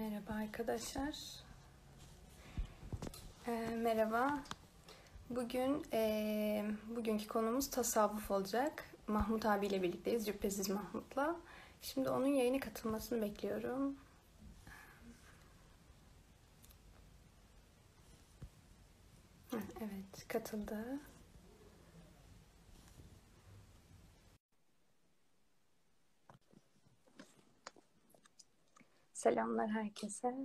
Merhaba arkadaşlar. Merhaba. Bugünkü konumuz tasavvuf olacak. Mahmut abiyle birlikteyiz. Cübbesiz Mahmut'la. Şimdi onun yayına katılmasını bekliyorum. Evet, katıldı. Selamlar herkese.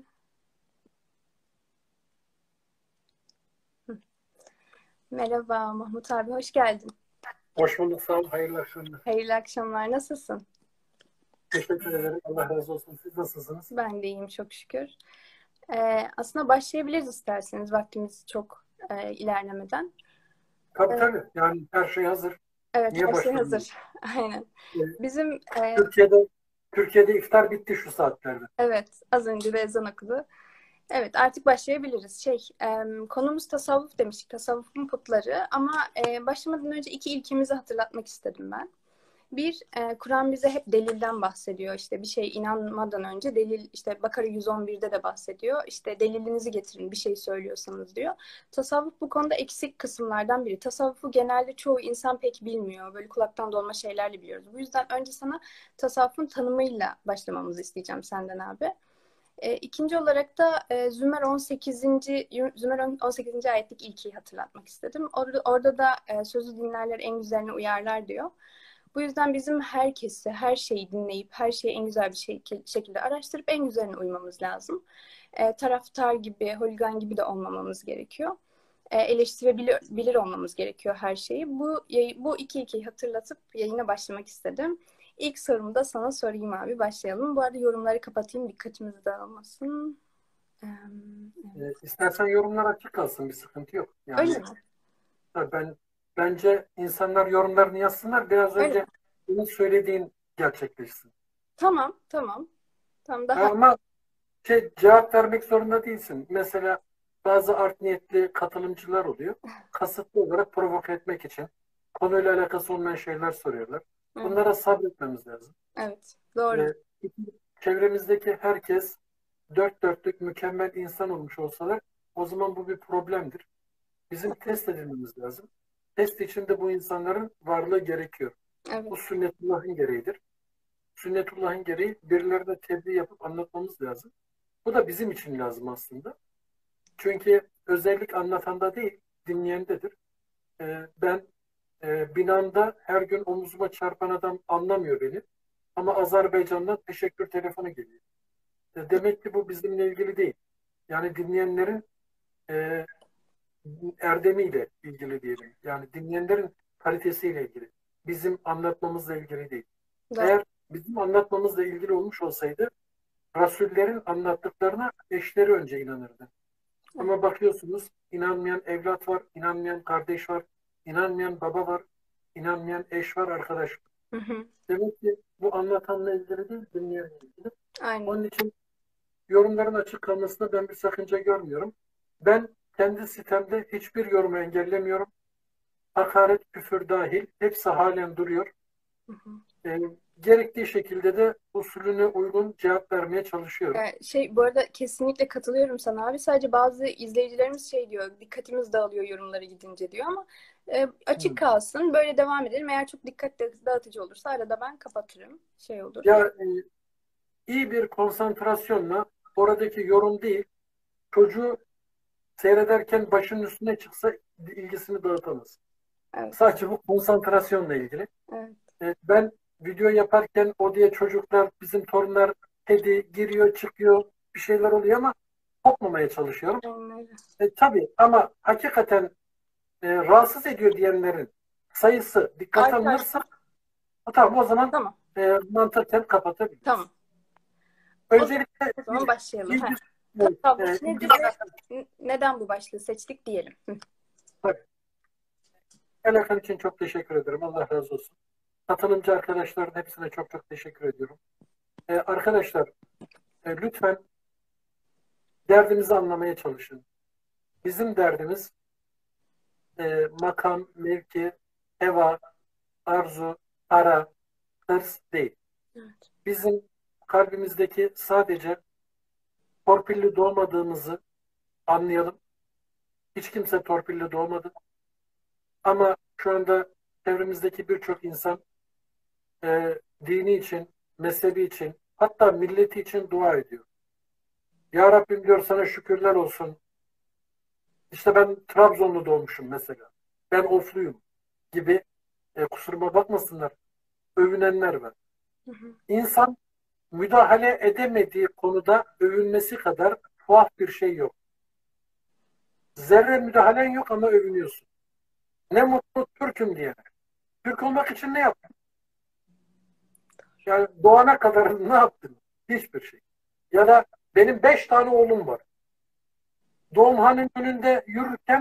Merhaba Mahmut abi, hoş geldin. Hoş bulduk, sağ ol. Hayırlı akşamlar. Hayırlı akşamlar, nasılsın? Teşekkür ederim. Allah razı olsun. Siz nasılsınız? Ben de iyiyim çok şükür. Aslında başlayabiliriz isterseniz vaktimiz çok ilerlemeden. Tabii Evet, tabii. Yani her şey hazır. evet Niye her şey başlamıyoruz? hazır. Aynen. Ee, Bizim Türkiye'de iftar bitti şu saatlerde. evet az önce de ezan okudu. Evet artık başlayabiliriz. Konumuz tasavvuf demiştik. Tasavvufun putları ama başlamadan önce iki ilkemizi hatırlatmak istedim ben. Kur'an bize hep delilden bahsediyor. İşte bir şeye inanmadan önce delil, işte Bakara 111'de de bahsediyor. İşte delilinizi getirin bir şey söylüyorsanız diyor. Tasavvuf bu konuda eksik kısımlardan biri. Tasavvufu genelde çoğu insan pek bilmiyor. Böyle kulaktan dolma şeylerle biliyoruz. Bu yüzden önce sana tasavvufun tanımıyla başlamamızı isteyeceğim senden abi. İkinci olarak da Zümer 18. ayetlik ilkiyi hatırlatmak istedim. Orada da sözü dinlerler en güzelini uyarlar diyor. Bu yüzden bizim herkesi, her şeyi dinleyip, her şeyi en güzel bir şekilde araştırıp en güzeline uymamız lazım. Taraftar gibi, holigan gibi de olmamamız gerekiyor. Eleştirebilir olmamız gerekiyor her şeyi. Bu iki ilkeyi hatırlatıp yayına başlamak istedim. İlk sorumu da sana sorayım abi. Başlayalım. Bu arada yorumları kapatayım. Dikkatimiz dağılmasın. Evet. İstersen yorumlar açık kalsın. Bir sıkıntı yok. Öyle Yani mi? bence insanlar yorumlarını yazsınlar. Biraz Öyle mi? önce senin söylediğin gerçekleşsin. Tamam, tamam. Tamam, daha Ama cevap vermek zorunda değilsin. Mesela bazı art niyetli katılımcılar oluyor. Kasıtlı olarak provoke etmek için konuyla alakası olmayan şeyler soruyorlar. evet, Bunlara sabretmemiz lazım. evet. Doğru. Ee, Çevremizdeki herkes dört dörtlük mükemmel insan olmuş olsalar o zaman bu bir problemdir. Bizim test edilmemiz lazım. Test için de bu insanların varlığı gerekiyor. Evet. Bu sünnetullahın gereğidir. Sünnetullahın gereği birilerine tebliğ yapıp anlatmamız lazım. Bu da bizim için lazım aslında. Çünkü özellik anlatanda değil, dinleyendedir. Ben binamda her gün omuzuma çarpan adam anlamıyor beni. Ama Azerbaycan'dan teşekkür telefonu geliyor. Demek ki bu bizimle ilgili değil. Yani dinleyenlerin e, erdemiyle ilgili diyelim. Yani dinleyenlerin kalitesiyle ilgili. Bizim anlatmamızla ilgili değil. Doğru. Eğer bizim anlatmamızla ilgili olmuş olsaydı Rasullerin anlattıklarına eşleri önce inanırdı. Evet. Ama bakıyorsunuz inanmayan evlat var, inanmayan kardeş var, inanmayan baba var, inanmayan eş var, arkadaş var. Hı hı. Demek ki bu anlatanla ilgili değil, dinleyenle ilgili. Aynen. Onun için yorumların açık kalmasına ben bir sakınca görmüyorum. Ben kendi sitemde hiçbir yorumu engellemiyorum. Hakaret, küfür dahil hepsi halen duruyor. Hı hı. E, Gerektiği şekilde de usulüne uygun cevap vermeye çalışıyorum. Bu arada kesinlikle katılıyorum sana abi. Sadece bazı izleyicilerimiz şey diyor, dikkatimiz dağılıyor yorumlara gidince diyor ama açık Hmm. kalsın. Böyle devam edelim. Eğer çok dikkat dağıtıcı olursa arada ben kapatırım. Şey olur. Ya iyi bir konsantrasyonla oradaki yorum değil, çocuğu seyrederken başının üstüne çıksa ilgisini dağıtamaz. Evet. Sadece bu konsantrasyonla ilgili. Evet. Ben video yaparken o diye çocuklar, bizim torunlar kedi giriyor, çıkıyor, bir şeyler oluyor ama kopmamaya çalışıyorum. Aynen öyle. Tabii ama hakikaten rahatsız ediyor diyenlerin sayısı dikkate Artar. alınırsa tamam o zaman Tamam. mantıken kapatabiliriz. Tamam. Öncelikle O zaman başlayalım. ilgi, Tasavvuf ilgi nedir ve neden bu başlığı seçtik diyelim. tabii. Alakan için çok teşekkür ederim. Allah razı olsun. Katılımcı arkadaşların hepsine çok çok teşekkür ediyorum. Arkadaşlar lütfen derdimizi anlamaya çalışın. Bizim derdimiz makam, mevki, heva, arzu, para, hırs değil. Evet. Bizim kalbimizdeki sadece torpilli doğmadığımızı anlayalım. Hiç kimse torpilli doğmadı. Ama şu anda çevremizdeki birçok insan dini için, mezhebi için, hatta milleti için dua ediyor. Ya Rabbim diyor, sana şükürler olsun. İşte ben Trabzonlu doğmuşum mesela. Ben Ofluyum gibi, kusuruma bakmasınlar, övünenler var. Hı hı. İnsan müdahale edemediği konuda övünmesi kadar tuhaf bir şey yok. Zerre müdahalen yok ama övünüyorsun. Ne mutlu Türk'üm diye. Türk olmak için ne yaptın? Yani doğana kadar ne yaptın? Hiçbir şey. Ya da benim 5 tane oğlum var. Doğumhanenin önünde yürürken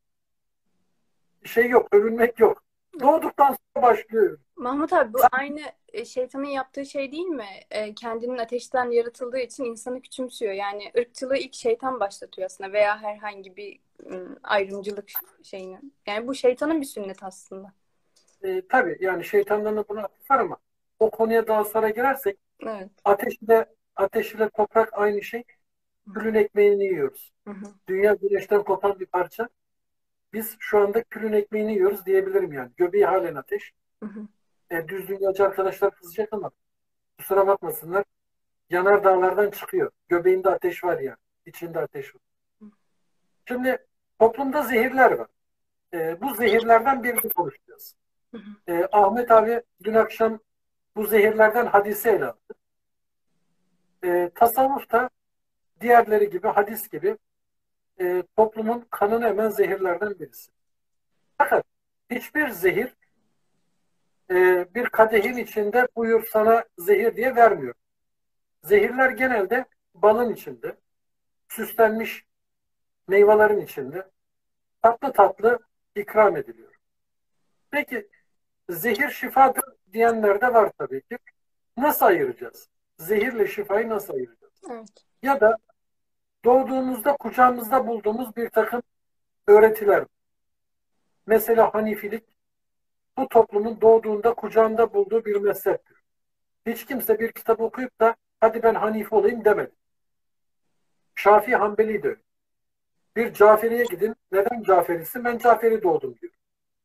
şey yok, övünmek yok. Doğduktan sonra başlıyor. Mahmut abi, bu aynı şeytanın yaptığı şey değil mi? Kendinin ateşten yaratıldığı için insanı küçümsüyor. Yani ırkçılığı ilk şeytan başlatıyor aslında, veya herhangi bir ayrımcılık şeyini. Yani bu şeytanın bir sünneti aslında. Tabii yani şeytandan da buna atıf var ama o konuya daha sonra girersek Evet. ateş ile toprak aynı şey. Külün ekmeğini yiyoruz. Hı hı. Dünya güneşten kopan bir parça. Biz şu anda külün ekmeğini yiyoruz diyebilirim yani. Göbeği halen ateş. Hı hı. Düz dünyacı arkadaşlar kızacak ama kusura bakmasınlar. Yanar dağlardan çıkıyor. Göbeğinde ateş var yani. İçinde ateş var. Şimdi toplumda zehirler var. Bu zehirlerden birini konuşacağız. Hı hı. Ahmet abi dün akşam bu zehirlerden hadisi ele aldı. Tasavvuf da diğerleri gibi, hadis gibi toplumun kanını emen zehirlerden birisi. Fakat hiçbir zehir bir kadehin içinde buyur sana zehir diye vermiyor. Zehirler genelde balın içinde, süslenmiş meyvelerin içinde tatlı tatlı ikram ediliyor. Peki zehir şifadır diyenler de var tabii ki. Nasıl ayıracağız? Zehirle şifayı nasıl ayıracağız? Evet. Ya da doğduğumuzda kucağımızda bulduğumuz bir takım öğretiler. Mesela Hanifilik bu toplumun doğduğunda kucağında bulduğu bir mezheptir. Hiç kimse bir kitap okuyup da hadi ben Hanifi olayım demedi. Şafii, Hanbeli de öyle. Bir Caferi'ye gidin. Neden Caferisin? Ben Caferi doğdum diyor.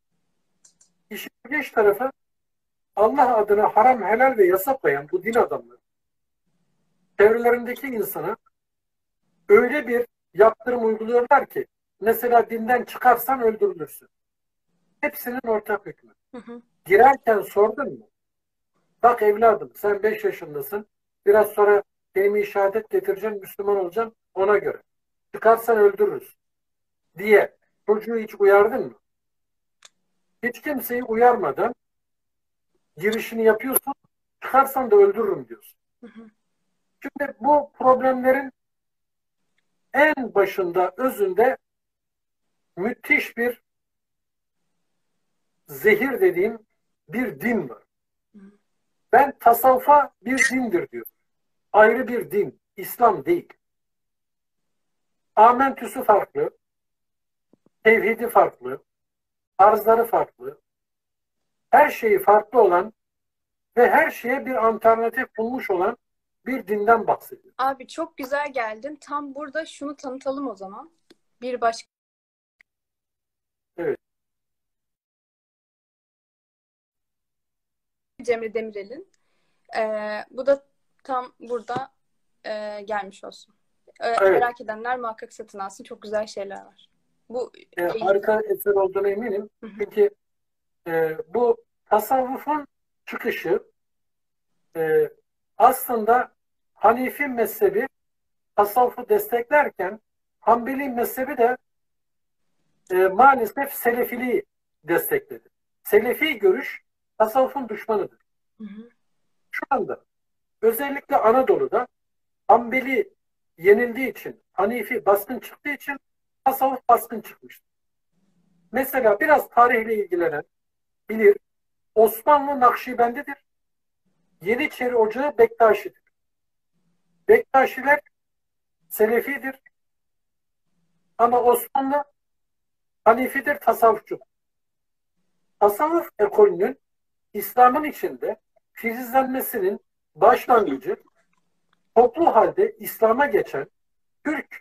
İşin ilginç tarafı, Allah adına haram, helal ve yasak koyan bu din adamları çevrelerindeki insana öyle bir yaptırım uyguluyorlar ki mesela dinden çıkarsan öldürülürsün. Hepsinin ortak hükmü. Hı hı. Girerken sordun mu? Bak evladım, sen 5 yaşındasın. Biraz sonra kelime-i şehadet getireceksin, Müslüman olacaksın, ona göre. Çıkarsan öldürürüz diye çocuğu hiç uyardın mı? Hiç kimseyi uyarmadan girişini yapıyorsun, çıkarsan da öldürürüm diyorsun. Hı hı. Şimdi bu problemlerin en başında, özünde müthiş bir zehir dediğim bir din var. Hı. Ben tasavvufa bir dindir diyorum. Ayrı bir din. İslam değil. Amentüsü farklı, tevhidi farklı, tarzları farklı, her şeyi farklı olan ve her şeye bir alternatif bulmuş olan bir dinden bahsediyor. Abi çok güzel geldin. Tam burada şunu tanıtalım o zaman. Bir başka Evet. Cemre Demirel'in. Bu da tam burada gelmiş olsun. Evet. Merak edenler muhakkak satın alsın. Çok güzel şeyler var. Bu Harika eser olduğuna eminim. Hı hı. Çünkü bu tasavvufun çıkışı aslında Hanifi mezhebi tasavvufu desteklerken Hanbeli mezhebi de maalesef Selefiliği destekledi. Selefi görüş tasavvufun düşmanıdır. Hı hı. Şu anda özellikle Anadolu'da Hanbeli yenildiği için, Hanifi baskın çıktığı için tasavvuf baskın çıkmıştır. Mesela biraz tarihle ilgilenen bilir, Osmanlı Nakşibendidir. Yeniçeri Ocağı Bektaşi'dir. Bektaşiler Selefidir ama Osmanlı Hanifidir, tasavvufçudur. Tasavvuf ekolünün İslam'ın içinde filizlenmesinin başlangıcı toplu halde İslam'a geçen Türk,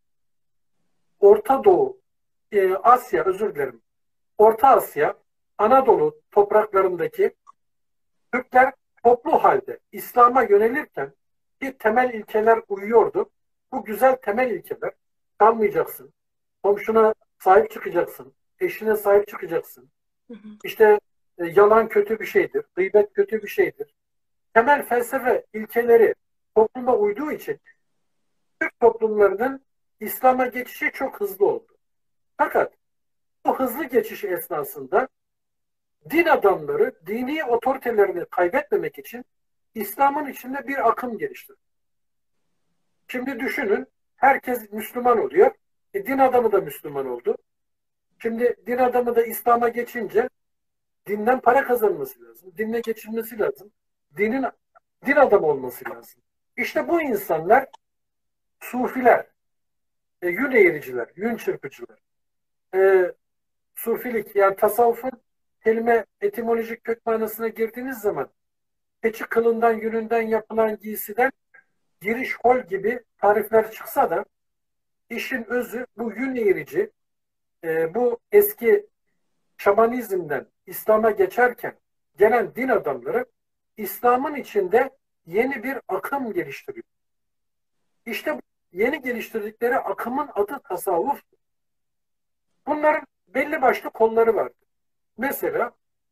Orta Doğu, Asya, özür dilerim. Orta Asya, Anadolu topraklarındaki Türkler toplu halde İslam'a yönelirken bir temel ilkeler uyuyordu. Bu güzel temel ilkeler: kalmayacaksın, komşuna sahip çıkacaksın, eşine sahip çıkacaksın. Hı hı. İşte yalan kötü bir şeydir, gıybet kötü bir şeydir. Temel felsefe ilkeleri topluma uyduğu için Türk toplumlarının İslam'a geçişi çok hızlı oldu. Fakat bu hızlı geçiş esnasında din adamları dini otoritelerini kaybetmemek için İslam'ın içinde bir akım geliştirdi. Şimdi düşünün, herkes Müslüman oluyor. Din adamı da Müslüman oldu. Şimdi din adamı da İslam'a geçince dinden para kazanması lazım. Dinle geçinmesi lazım. Din adamı olması lazım. İşte bu insanlar sufiler, yün eğriciler, yün çırpıcılar. Sufilik, yani tasavvufun kelime etimolojik kök manasına girdiğiniz zaman keçi kılından, yününden yapılan giysiden giriş hol gibi tarifler çıksa da işin özü bu yün eğrici, bu eski şamanizmden İslam'a geçerken gelen din adamları İslam'ın içinde yeni bir akım geliştiriyor. İşte bu yeni geliştirdikleri akımın adı tasavvuf. Bunların belli başlı kolları var. Mesela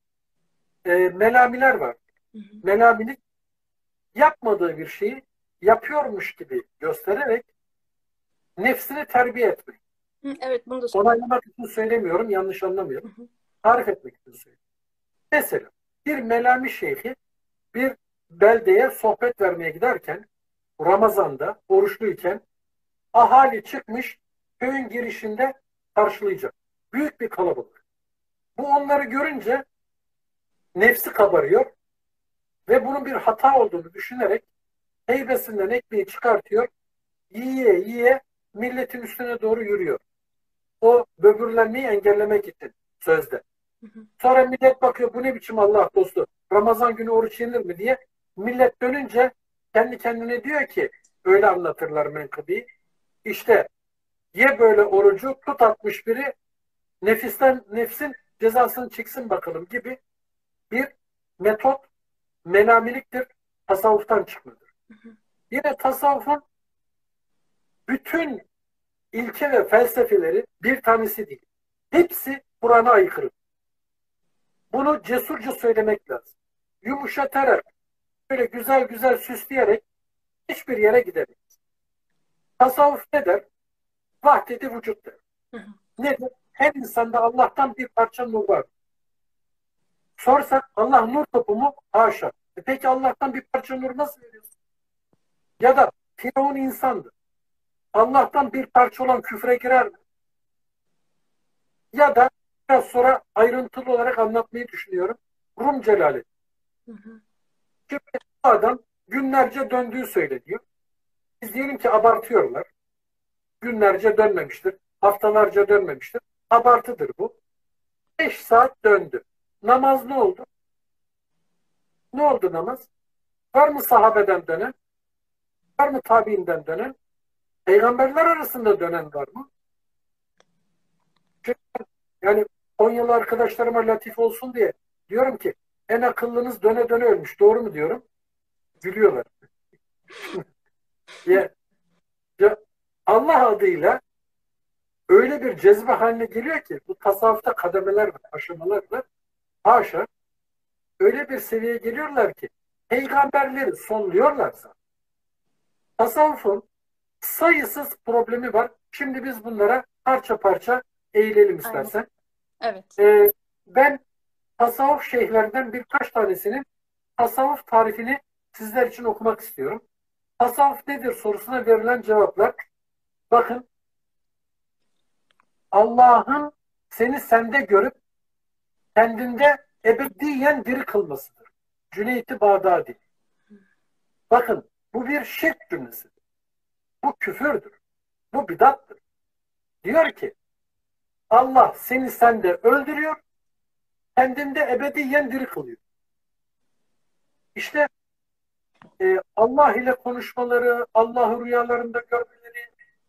melamiler var. Hı hı. Melamilik, yapmadığı bir şeyi yapıyormuş gibi göstererek nefsini terbiye etmek. Hı, evet, bunu da söyleyeyim. Onaylamak için söylemiyorum, yanlış anlamayın. Hı hı. Tarif etmek için söylüyorum. Mesela bir melami şeyhi bir beldeye sohbet vermeye giderken, Ramazan'da oruçluyken, ahali çıkmış köyün girişinde karşılayacak. Büyük bir kalabalık. Bu onları görünce nefsi kabarıyor ve bunun bir hata olduğunu düşünerek heybesinden ekmeği çıkartıyor, yiye yiye milletin üstüne doğru yürüyor. O böbürlenmeyi engellemek için sözde. Hı hı. Sonra millet bakıyor, bu ne biçim Allah dostu, Ramazan günü oruç yenir mi diye. Millet dönünce kendi kendine diyor ki, öyle anlatırlar menkıbeyi, İşte ye böyle orucu, tut 61'i, nefsin cezasını çeksin bakalım gibi bir metot melamiliktir, tasavvuftan çıkmadır. Hı hı. Yine tasavvufun bütün ilke ve felsefeleri bir tanesi değil. Hepsi Kur'an'a aykırı. Bunu cesurca söylemek lazım. Yumuşatarak, böyle güzel güzel süsleyerek hiçbir yere gidemeyiz. Tasavvuf ne der? Vahdedi vücut der. Hı hı. Nedir? Her insanda Allah'tan bir parça nur var. Sorsak Allah nur topu mu? Haşa. Peki Allah'tan bir parça nur nasıl veriyorsun? Ya da Firavun insandı. Allah'tan bir parça olan küfre girer mi? Ya da biraz sonra ayrıntılı olarak anlatmayı düşünüyorum. Rum Celaleddin. Hı hı. Şimdi bu adam günlerce döndüğü söyleniyor. Biz diyelim ki abartıyorlar. Günlerce dönmemiştir. Haftalarca dönmemiştir. Abartıdır bu. 5 saat döndü. Namaz ne oldu? Ne oldu namaz? Var mı sahabeden dönen? Var mı tabiinden dönen? Peygamberler arasında dönen var mı? Çünkü yani Konyalı arkadaşlarıma latif olsun diye diyorum ki en akıllınız döne döne ölmüş. Doğru mu diyorum? Gülüyorlar. Ya, ya Allah adıyla öyle bir cezbe haline geliyor ki, bu tasavvufta kademeler var, aşamalar var. Haşa, öyle bir seviyeye geliyorlar ki peygamberleri sonluyorlar zaten. Tasavvufun sayısız problemi var. Şimdi biz bunlara parça parça eğilelim Aynen. istersen. Evet. Ben tasavvuf şeyhlerinden birkaç tanesinin tasavvuf tarifini sizler için okumak istiyorum. Tasavvuf nedir sorusuna verilen cevaplar. Bakın, Allah'ın seni sende görüp kendinde ebediyen diri kılmasıdır. Cüneyt-i Bağdadi. Bakın, bu bir şirk cümlesidir. Bu küfürdür. Bu bidattır. Diyor ki Allah seni sende öldürüyor, kendinde ebediyen diri kılıyor. İşte Allah ile konuşmaları, Allah'ı rüyalarında görmeleri,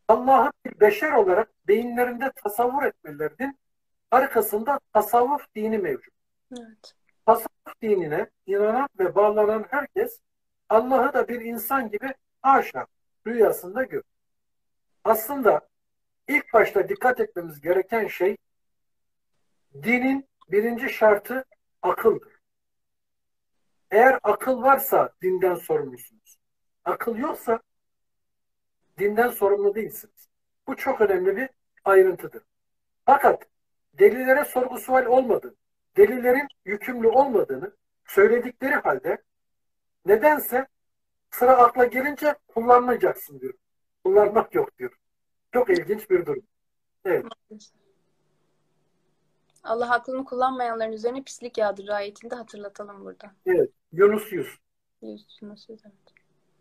Allah'ın bir beşer olarak beyinlerinde tasavvur etmelerinin arkasında tasavvuf dini mevcut. Evet. Tasavvuf dinine inanan ve bağlanan herkes Allah'ı da bir insan gibi haşa rüyasında görür. Aslında ilk başta dikkat etmemiz gereken şey dinin birinci şartı akıldır. Eğer akıl varsa dinden sorumlusunuz. Akıl yoksa dinden sorumlu değilsiniz. Bu çok önemli bir ayrıntıdır. Fakat delillere sorgu sual olmadığını, delillerin yükümlü olmadığını söyledikleri halde nedense sıra akla gelince kullanmayacaksın diyor. Kullanmak yok diyor. Çok ilginç bir durum. Evet. Allah aklını kullanmayanların üzerine pislik yağdırır ayetini de hatırlatalım burada. Evet. Yunus 100. Yunus 100, evet.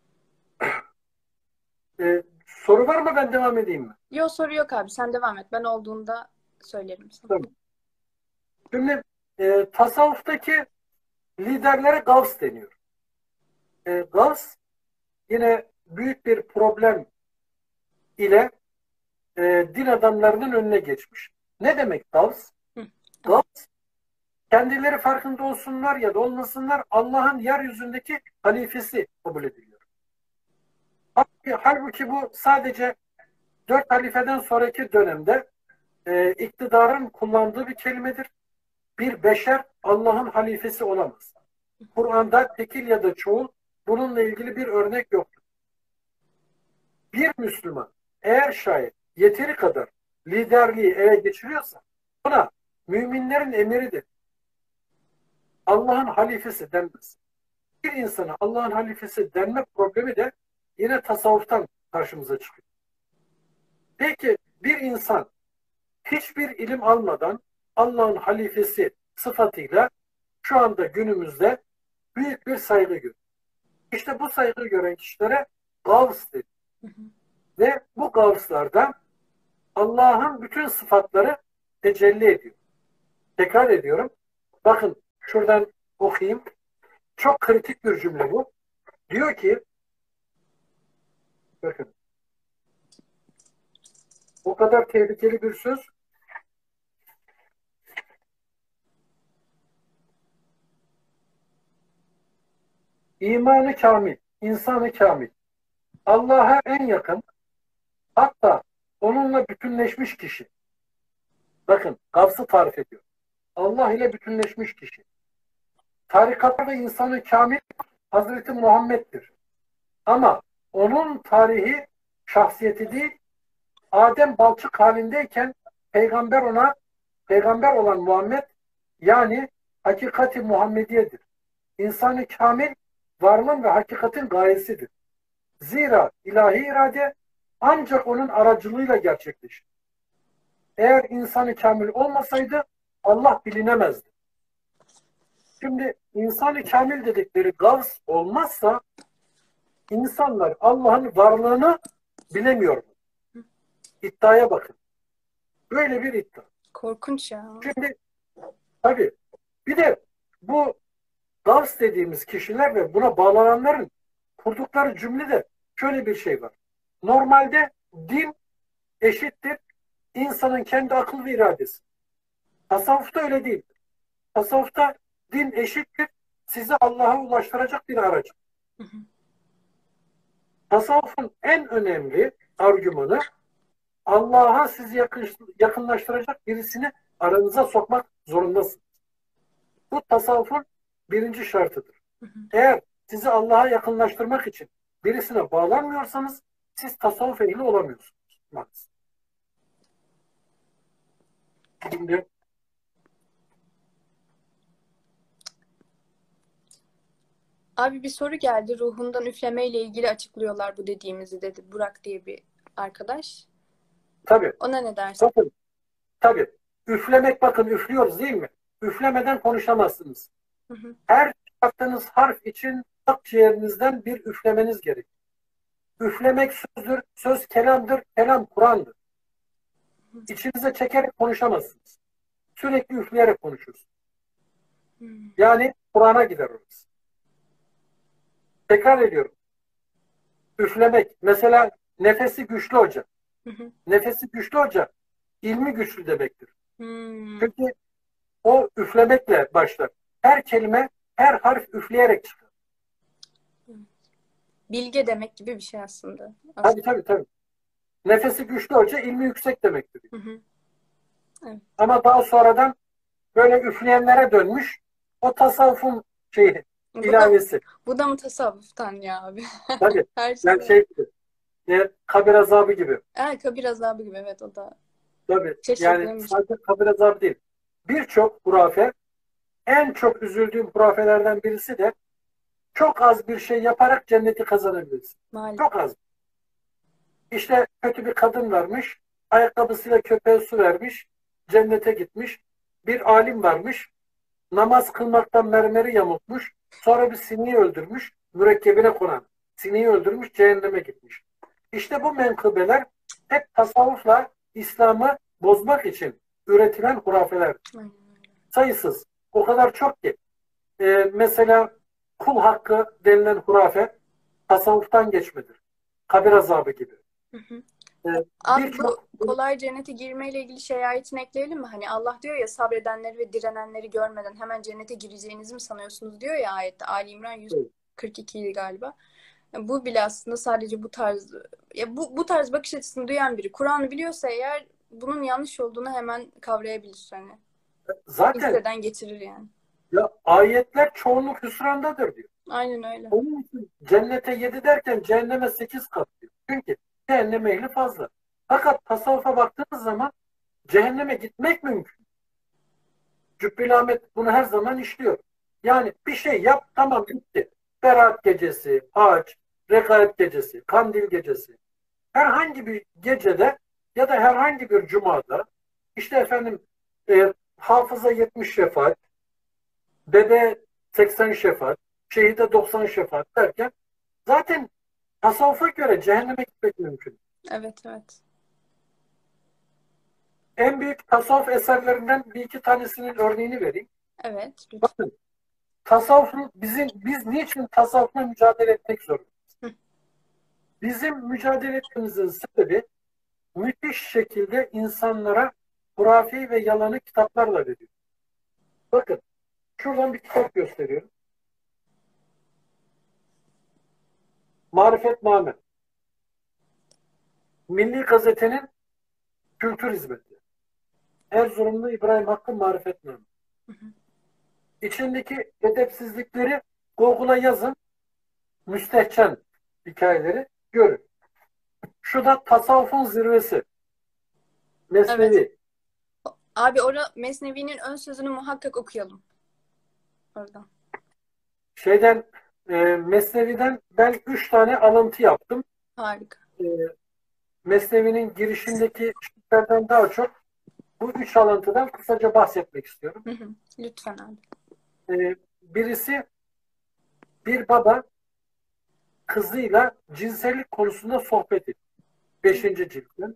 Soru var mı, ben devam edeyim mi? Yok, soru yok abi. Sen devam et. Ben olduğunda söylerim sana. Tamam. Şimdi tasavvuftaki liderlere gavs deniyor. Gavs yine büyük bir problem ile din adamlarının önüne geçmiş. Ne demek gavs? Gavs, kendileri farkında olsunlar ya da olmasınlar, Allah'ın yeryüzündeki halifesi kabul ediliyor. Halbuki bu sadece 4 halifeden sonraki dönemde iktidarın kullandığı bir kelimedir. Bir beşer Allah'ın halifesi olamaz. Kur'an'da tekil ya da çoğul bununla ilgili bir örnek yoktur. Bir Müslüman eğer şayet yeteri kadar liderliği ele geçiriyorsa buna müminlerin emiridir. Allah'ın halifesi denmez. Bir insana Allah'ın halifesi denme problemi de yine tasavvuftan karşımıza çıkıyor. Peki bir insan hiçbir ilim almadan Allah'ın halifesi sıfatıyla şu anda günümüzde büyük bir saygı görüyor. İşte bu saygı gören kişilere gavs dedi. Ve bu gavslardan Allah'ın bütün sıfatları tecelli ediyor. Tekrar ediyorum. Bakın şuradan okuyayım. Çok kritik bir cümle bu. Diyor ki, bakın, o kadar tehlikeli bir söz. İmanı kamil, insanı kamil, Allah'a en yakın, hatta onunla bütünleşmiş kişi. Bakın, gavsı tarif ediyor. Allah ile bütünleşmiş kişi. Tarikatta insanı kamil Hazreti Muhammed'dir. Ama onun tarihi şahsiyeti değil, Adem balçık halindeyken peygamber olan Muhammed, yani hakikati Muhammediyedir. İnsanı kamil varlığın ve hakikatin gayesidir. Zira ilahi irade ancak onun aracılığıyla gerçekleşir. Eğer insanı kamil olmasaydı Allah bilinemezdi. Şimdi insanı kamil dedikleri gavs olmazsa insanlar Allah'ın varlığını bilemiyor. İddiaya bakın. Böyle bir iddia. Korkunç ya. Şimdi tabii bir de bu gavs dediğimiz kişiler ve buna bağlananların kurdukları cümlede şöyle bir şey var. Normalde din eşittir insanın kendi akıl ve iradesi. Tasavvufta öyle değildir. Tasavvufta din eşittir sizi Allah'a ulaştıracak bir araç. Tasavvufun en önemli argümanı Allah'a sizi yakınlaştıracak birisini aranıza sokmak zorundasınız. Bu tasavvufun birinci şartıdır. Eğer sizi Allah'a yakınlaştırmak için birisine bağlanmıyorsanız siz tasavvuf ehli olamıyorsunuz. Maalesef. Şimdi Abi bir soru geldi. Ruhundan üflemeyle ilgili açıklıyorlar bu dediğimizi, dedi Burak diye bir arkadaş. tabii. Ona ne dersin? Tabii. Üflemek, bakın üflüyoruz değil mi? Üflemeden konuşamazsınız. Her çıkarttığınız harf için akciğerinizden bir üflemeniz gerekir. Üflemek sözdür, söz kelamdır, kelam Kur'an'dır. İçinize çekerek konuşamazsınız. Sürekli üfleyerek konuşursunuz. Yani Kur'an'a gider orası. Tekrar ediyorum. Üflemek. Mesela nefesi güçlü hoca. Hı hı. Nefesi güçlü olacak. İlmi güçlü demektir. Hmm. Çünkü o üflemekle başlar. Her kelime, her harf üfleyerek çıkar. Bilge demek gibi bir şey aslında. Tabii tabii tabii. Nefesi güçlü olunca ilmi yüksek demektir. Hı hı. Evet. Ama daha sonradan böyle üfleyenlere dönmüş. O tasavvufun şeyi, Bu da ilavesi. bu da mı tasavvuftan ya abi? Tabii. Her şey. Yani şey gibi. Kabir azabı gibi. Evet, kabir azabı gibi, evet, o da Tabii. Yani şaşırdığım bir şey. sadece kabir azabı değil. Birçok hurafe, en çok üzüldüğüm hurafelerden birisi de çok az bir şey yaparak cenneti kazanabilirsin. Maalesef. Çok az. İşte kötü bir kadın varmış. Ayakkabısıyla köpeğe su vermiş. Cennete gitmiş. Bir alim varmış. Namaz kılmaktan mermeri yamultmuş. Sonra bir sineği öldürmüş. Mürekkebine konan. Sineği öldürmüş. Cehenneme gitmiş. İşte bu menkıbeler hep tasavvufla İslam'ı bozmak için üretilen hurafeler. Aynen Sayısız. O kadar çok ki. Mesela kul hakkı denilen hurafe tasavvuftan geçmedir. Kabir azabı gibi. öyle. Abi, bu Birçok kolay cennete girmeyle ilgili şey ayetini ekleyelim mi? Hani Allah diyor ya, sabredenleri ve direnenleri görmeden hemen cennete gireceğinizi mi sanıyorsunuz diyor ya ayette. Ali İmran 142 idi galiba. Yani bu bile aslında sadece bu tarz, ya bu tarz bakış açısını duyan biri Kur'an'ı biliyorsa eğer, bunun yanlış olduğunu hemen kavrayabilir hani. zaten Listeden geçirir yani. ya ayetler çoğunluk hüsrandadır diyor. Aynen öyle. Onun için cennete 7 derken cehenneme 8 kat diyor. Çünkü cehennem ehli fazla. Fakat tasavvufa baktığınız zaman cehenneme gitmek mümkün. Cübbeli Ahmet bunu her zaman işliyor. Yani bir şey yap, tamam, bitti. Berat gecesi, hac, rekaet gecesi, kandil gecesi. Herhangi bir gecede ya da herhangi bir cumada işte efendim hafıza 70 şefaat, bebe 80 şefaat, şehide 90 şefaat derken zaten tasavvufa göre cehenneme gitmek mümkün. Evet, evet. En büyük tasavvuf eserlerinden bir iki tanesinin örneğini vereyim. Evet, lütfen. Bakın, tasavvufun biz niçin tasavvufla mücadele etmek zorundayız? Hı. Bizim mücadele etmemizin sebebi müthiş şekilde insanlara hurafi ve yalanı kitaplarla veriyor. Bakın, şuradan bir kitap gösteriyorum. Marifetname. Milli Gazete'nin kültür hizmeti. Erzurumlu İbrahim Hakkı Marifetname. Hı hı. İçindeki edepsizlikleri Google'a yazın. Müstehcen hikayeleri görün. Şu da tasavvufun zirvesi. Evet. Mesnevi. Abi, Mesnevi'nin ön sözünü muhakkak okuyalım. Oradan. Şeyden Mesnevi'den ben 3 tane alıntı yaptım. Harika. E, Mesnevi'nin girişindeki şiirlerden daha çok bu 3 alıntıdan kısaca bahsetmek istiyorum. Hı hı. Lütfen abi. Birisi, bir baba kızıyla cinsellik konusunda sohbet ediyor. 5. ciltten.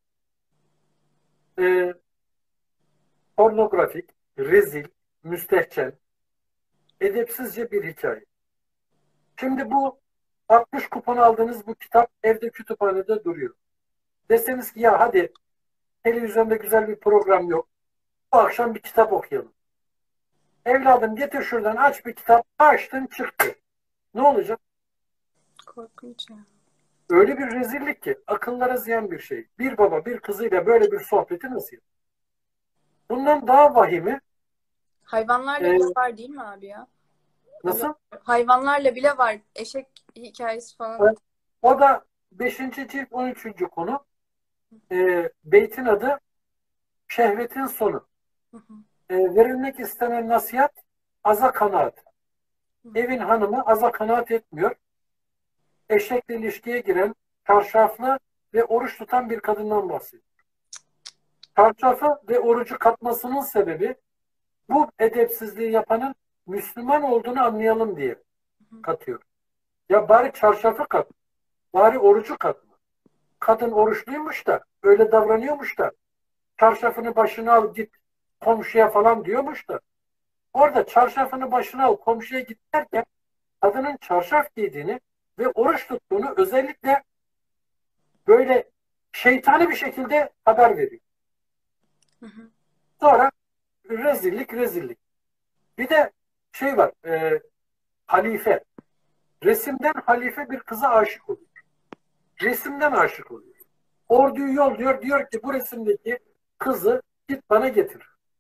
E, Pornografik, rezil, müstehcen, edepsizce bir hikaye. Şimdi bu 60 kupon aldığınız bu kitap evde kütüphanede duruyor. Deseniz ki ya hadi, televizyonda güzel bir program yok. Bu akşam bir kitap okuyalım. Evladım getir şuradan, aç bir kitap. Açtın çıktı. Ne olacak? Korkunç ya. Öyle bir rezillik ki akıllara ziyan bir şey. Bir baba bir kızıyla böyle bir sohbeti nasıl yapar? Bundan daha vahimi Hayvanlarla bile var değil mi abi ya? nasıl? Hayvanlarla bile var. Eşek hikayesi falan. O da 5. cilt 13. konu. Beytin adı Şehvetin Sonu. Hı hı. Verilmek istenen nasihat aza kanaat. Hı. Evin hanımı aza kanaat etmiyor. Eşekle ilişkiye giren, çarşaflı ve oruç tutan bir kadından bahsediyor. Çarşafı ve orucu katmasının sebebi bu edepsizliği yapanın Müslüman olduğunu anlayalım diye katıyor. Ya bari çarşafı kat, bari orucu katma. Kadın oruçluymuş da, öyle davranıyormuş da, çarşafını başına al git komşuya falan diyormuş da, orada çarşafını başına al komşuya git derken kadının çarşaf giydiğini ve oruç tuttuğunu özellikle böyle şeytani bir şekilde haber veriyor. Hı hı. Sonra rezillik. Bir de şey var, halife. Resimden halife bir kıza aşık oluyor. Resimden aşık oluyor. Orduyu yolluyor, diyor ki bu resimdeki kızı git bana getir.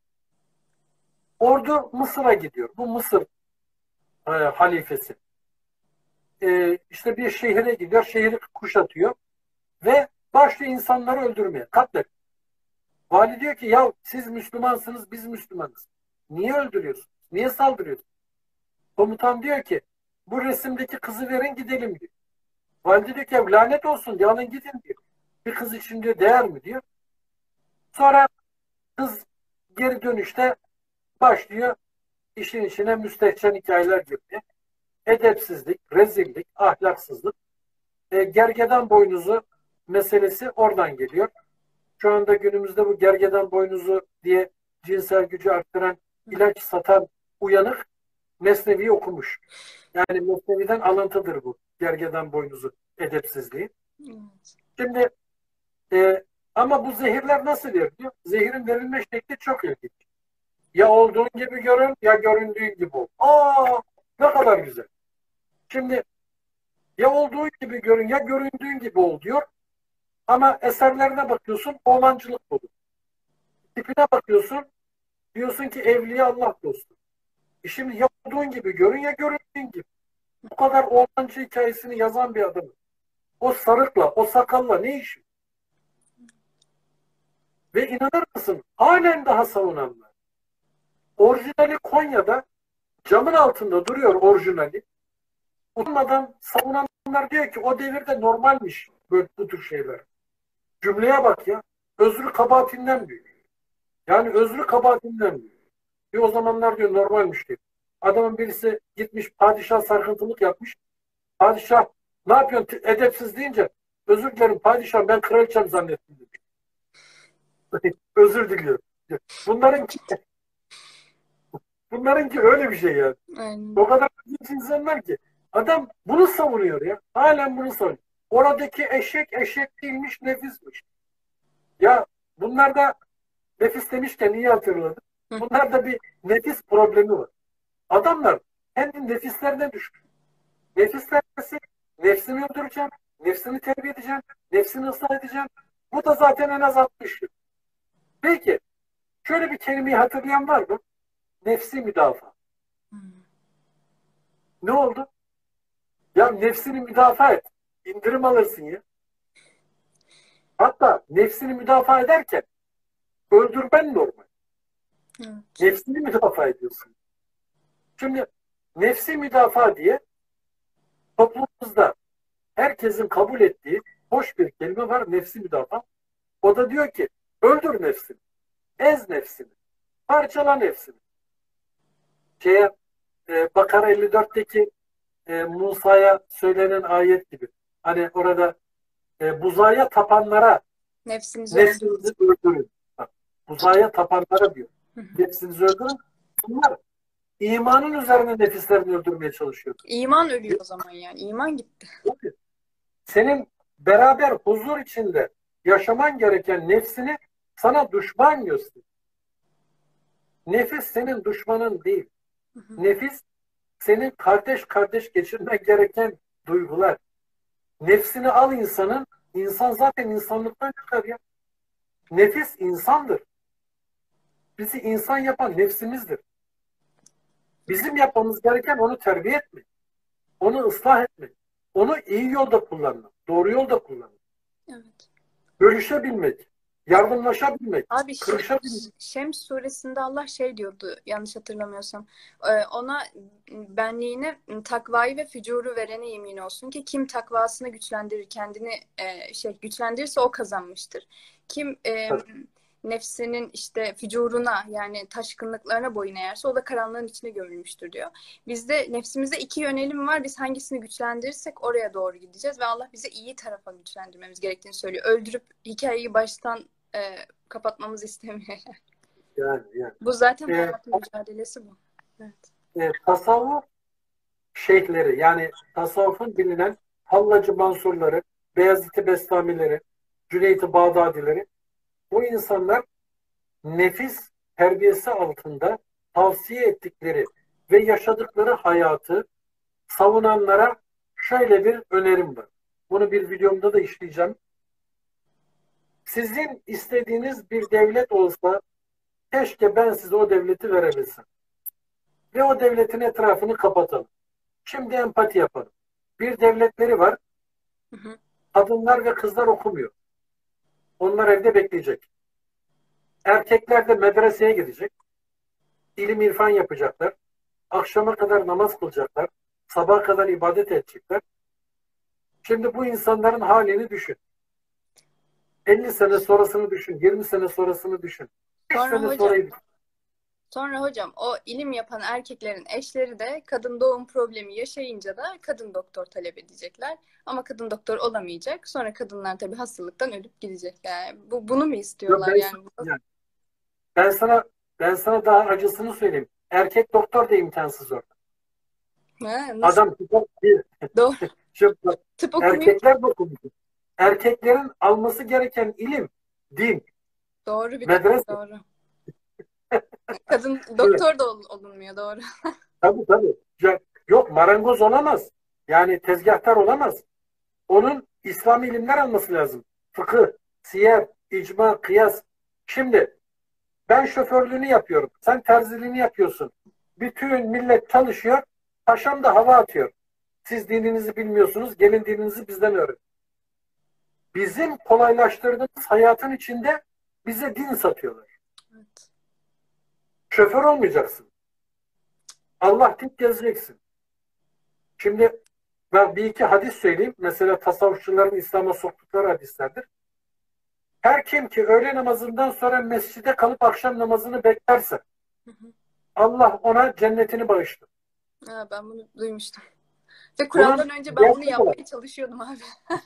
Ordu Mısır'a gidiyor. Bu Mısır halifesi. İşte bir şehire gidiyor, şehri kuşatıyor ve başlıyor insanları öldürmeye, katlediyor. Vali diyor ki ya siz Müslümansınız, biz Müslümanız. Niye öldürüyorsunuz? Niye saldırıyorsunuz? Komutan diyor ki bu resimdeki kızı verin gidelim diyor. Valide diyor ki lanet olsun diyor, alın gidin diyor. Bir kız için diyor değer mi diyor. Sonra kız geri dönüşte başlıyor işin içine müstehcen hikayeler girdi. Edepsizlik, rezillik, ahlaksızlık, gergedan boynuzu meselesi oradan geliyor. Şu anda günümüzde bu gergedan boynuzu diye cinsel gücü arttıran ilaç satan uyanık Mesnevi'yi okumuş. Yani Mesnevi'den alıntıdır bu gergedan boynuzu edepsizliği. Evet. Şimdi ama bu zehirler nasıl veriliyor? Zehirin verilme şekli çok ilginç. Ya olduğun gibi görün ya göründüğün gibi ol. Aa, ne kadar güzel. Şimdi ya olduğun gibi görün ya göründüğün gibi ol diyor. Ama eserlerine bakıyorsun oğlancılık dolu. Tipine bakıyorsun diyorsun ki evliya Allah dostu. Şimdi ya olduğun gibi görün ya göründüğün gibi. Bu kadar oğlancı hikayesini yazan bir adam. O sarıkla, o sakalla ne işi? Ve inanır mısın? Halen daha savunanlar. Orijinali Konya'da camın altında duruyor orijinali. Utanmadan savunanlar diyor ki o devirde normalmiş böyle bu tür şeyler. Cümleye bak ya. Özrü kabahatinden büyük. Yani özrü kabahatinden büyük. Bir o zamanlar diyor normalmiş diyor. Adamın birisi gitmiş padişah sarkıntılık yapmış. Padişah ne yapıyorsun edepsiz deyince özür dilerim padişah ben kraliçem zannettim demiş. Özür diliyorum. Bunlarınki öyle bir şey yani. Aynen. O kadar ilginç insanlar ki. Adam bunu savunuyor ya. Halen bunu savunuyor. Oradaki eşek değilmiş, nefismiş. Ya bunlar da nefis demişken iyi hatırladım. Hı. Bunlarda bir nefis problemi var. Adamlar kendi nefislerine düşkün. Nefisler nasıl? Nefsini öldüreceğim, nefsini terbiye edeceğim, nefsini ıslah edeceğim. Bu da zaten en az 60 yıl. Peki, şöyle bir kelimeyi hatırlayan var mı? Nefsi müdafaa. Hı. Ne oldu? Ya nefsini müdafaa et. İndirim alırsın ya. Hatta nefsini müdafaa ederken öldürmen normal. Evet. Nefsini müdafaa ediyorsun. Şimdi nefsi müdafaa diye toplumumuzda herkesin kabul ettiği hoş bir kelime var, nefsi müdafaa. O da diyor ki öldür nefsini, ez nefsini, parçala nefsini. Şeye, Bakara 54'teki Musa'ya söylenen ayet gibi. Hani orada buzaya tapanlara Nefsinizi öldürün. nefsinizi öldürün. Bak, buzaya tapanlara diyor. Hı hı. Nefsinizi öldürün. Bunlar imanın üzerine nefislerini öldürmeye çalışıyor. İman ölüyor o zaman yani. İman gitti. Senin beraber huzur içinde yaşaman gereken nefsini sana düşman gösteriyor. Nefis senin düşmanın değil. Hı hı. Nefis senin kardeş geçirmen gereken duygular. Nefsini al insanın, insan zaten insanlıktan çıkar ya. Nefis insandır. Bizi insan yapan nefsimizdir. Bizim yapmamız gereken onu terbiye etmek, onu ıslah etmek, onu iyi yolda kullanmak, doğru yolda kullanmak, Evet. bölüşebilmek, yardımlaşabilmek, Abi kırışabilmek. Şems suresinde Allah şey diyordu yanlış hatırlamıyorsam. Ona benliğine takvayı ve fücuru verene yemin olsun ki kim takvasını güçlendirir kendini güçlendirirse o kazanmıştır. Kim nefsinin işte fücuruna yani taşkınlıklarına boyun eğerse o da karanlığın içine gömülmüştür diyor. Bizde nefsimizde iki yönelim var. Biz hangisini güçlendirirsek oraya doğru gideceğiz ve Allah bize iyi tarafa güçlendirmemiz gerektiğini söylüyor. Öldürüp hikayeyi baştan kapatmamızı istemiyor. Yani. Bu zaten hayatın mücadelesi bu. Evet. Tasavvuf şeyhleri yani tasavvufun bilinen Hallacı Mansurları, Beyazıt-ı Bestamileri, Cüneyt-i Bağdadileri. Bu insanlar nefis terbiyesi altında tavsiye ettikleri ve yaşadıkları hayatı savunanlara şöyle bir önerim var. Bunu bir videomda da işleyeceğim. Sizin istediğiniz bir devlet olsa keşke ben size o devleti verebilsem. Ve o devletin etrafını kapatalım. Şimdi empati yapalım. Bir devletleri var. Hı hı. Kadınlar ve kızlar okumuyor. Onlar evde bekleyecek. Erkekler de medreseye gidecek. İlim irfan yapacaklar. Akşama kadar namaz kılacaklar. Sabaha kadar ibadet edecekler. Şimdi bu insanların halini düşün. 50 sene sonrasını düşün. 20 sene sonrasını düşün. 5 Sonra sene hocam, sonrayı düşün. sonra hocam o ilim yapan erkeklerin eşleri de kadın doğum problemi yaşayınca da kadın doktor talep edecekler. Ama kadın doktor olamayacak. Sonra kadınlar tabii hastalıktan ölüp gidecek. Yani bunu mu istiyorlar Ben, yani? yani ben sana daha acısını söyleyeyim. Erkek doktor da imkansız orada. Ha, nasıl? Adam bir Doğru. şimdi Tıp okumuyor. erkekler de okumuyor. Erkeklerin alması gereken ilim, din, Doğru bir de. medrese. Doğru. Kadın doktor da olunmuyor. Doğru. Tabii. Yok marangoz olamaz. Yani tezgahtar olamaz. Onun İslami ilimler alması lazım. Fıkıh, siyer, icma, kıyas. Şimdi ben şoförlüğünü yapıyorum. Sen terziliğini yapıyorsun. Bütün millet çalışıyor. Paşam da hava atıyor. Siz dininizi bilmiyorsunuz. Gelin dininizi bizden öğrenin. Bizim kolaylaştırdığımız hayatın içinde bize din satıyorlar. Evet. Şoför olmayacaksın. Allah deyip gezeceksin. Şimdi ben bir iki hadis söyleyeyim. Mesela tasavvufçuların İslam'a soktukları hadislerdir. Her kim ki öğle namazından sonra mescide kalıp akşam namazını beklerse Hı hı. Allah ona cennetini bağışlar. Ha, ben bunu duymuştum. Ve Kur'an'dan önce ben bunu yapmaya çalışıyordum abi.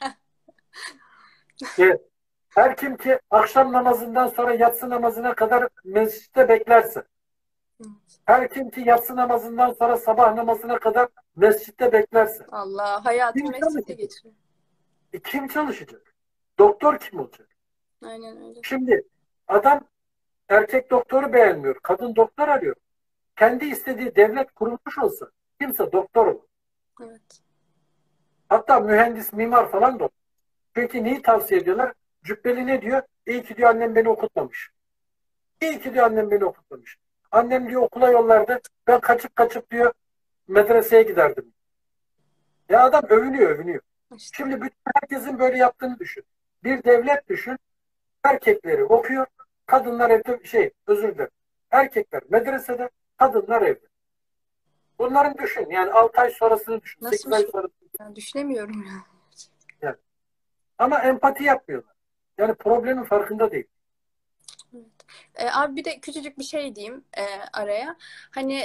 Evet. Her kim ki akşam namazından sonra yatsı namazına kadar mescitte beklerse, her kim ki yatsı namazından sonra sabah namazına kadar mescitte beklerse, Allah hayatı kim mescitte çalışacak? geçiriyor. Kim çalışacak? Doktor kim olacak? Aynen öyle. Şimdi adam erkek doktoru beğenmiyor. Kadın doktor arıyor. Kendi istediği devlet kurulmuş olsa kimse doktor olur. Evet. Hatta mühendis, mimar falan da olur. Çünkü neyi tavsiye ediyorlar? Cübbeli ne diyor? İyi ki diyor annem beni okutmamış. İyi ki diyor annem beni okutmamış. Annem diyor okula yollardı. Ben kaçıp diyor medreseye giderdim. Ya adam övünüyor. İşte. Şimdi bütün herkesin böyle yaptığını düşün. Bir devlet düşün. Erkekleri okuyor. Kadınlar evde özür dilerim. Erkekler medresede, kadınlar evde. Bunların düşün. Yani 6 ay sonrasını düşün. Nasıl 8 bir ay şey? sonrasını Ben düşünemiyorum ya. yani. Ama empati yapmıyorlar. Yani problemin farkında değil. Evet. Abi bir de küçücük bir şey diyeyim araya. Hani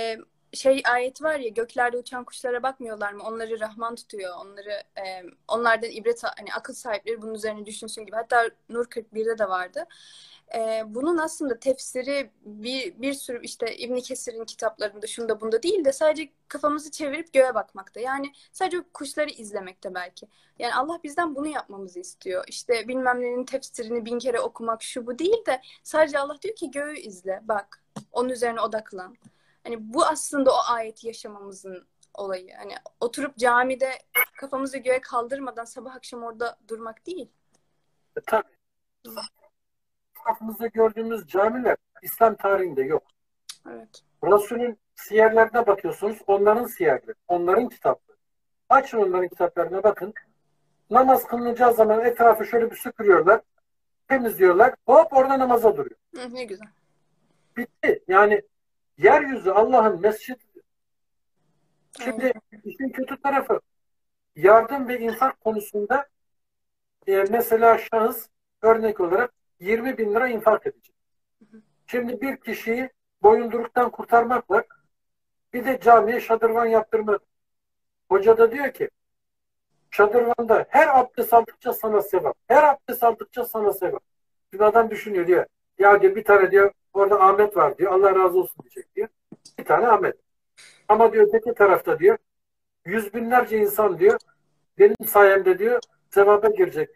ayet var ya, göklerde uçan kuşlara bakmıyorlar mı? Onları Rahman tutuyor. Onlardan ibret, hani akıl sahipleri bunun üzerine düşünsün gibi. Hatta Nur 41'de de vardı. Bunun aslında tefsiri bir sürü işte İbn Kesir'in kitaplarında şunda bunda değil de sadece kafamızı çevirip göğe bakmakta. Yani sadece kuşları izlemekte belki. Yani Allah bizden bunu yapmamızı istiyor. İşte bilmem nenin tefsirini 1000 kere okumak şu bu değil de sadece Allah diyor ki göğü izle, bak. Onun üzerine odaklan. Hani bu aslında o ayeti yaşamamızın olayı. Hani oturup camide kafamızı göğe kaldırmadan sabah akşam orada durmak değil. Tabii. Etrafımızda gördüğümüz camiler İslam tarihinde yok. Evet. Resul'ün siyerlerine bakıyorsunuz. Onların siyerleri. Onların kitapları. Açın onların kitaplarına bakın. Namaz kılınacağı zaman etrafı şöyle bir süpürüyorlar. Temizliyorlar. Hop orada namaza duruyor. Hı, ne güzel. Bitti. Yani yeryüzü Allah'ın mescidi. Aynen. Şimdi işin kötü tarafı yardım ve infak konusunda mesela şahıs örnek olarak 20 bin lira infak edecek. Şimdi bir kişiyi boyunduruktan kurtarmak var. Bir de camiye şadırvan yaptırmak. Hoca da diyor ki şadırvanda her abdest aldıkça sana sevap. Her abdest aldıkça sana sevap. Şimdi adam düşünüyor diyor. Ya diyor bir tane diyor orada Ahmet var diyor. Allah razı olsun diyecek diyor. Bir tane Ahmet. Ama diyor öteki tarafta diyor yüz binlerce insan diyor benim sayemde diyor sevaba girecek diyor.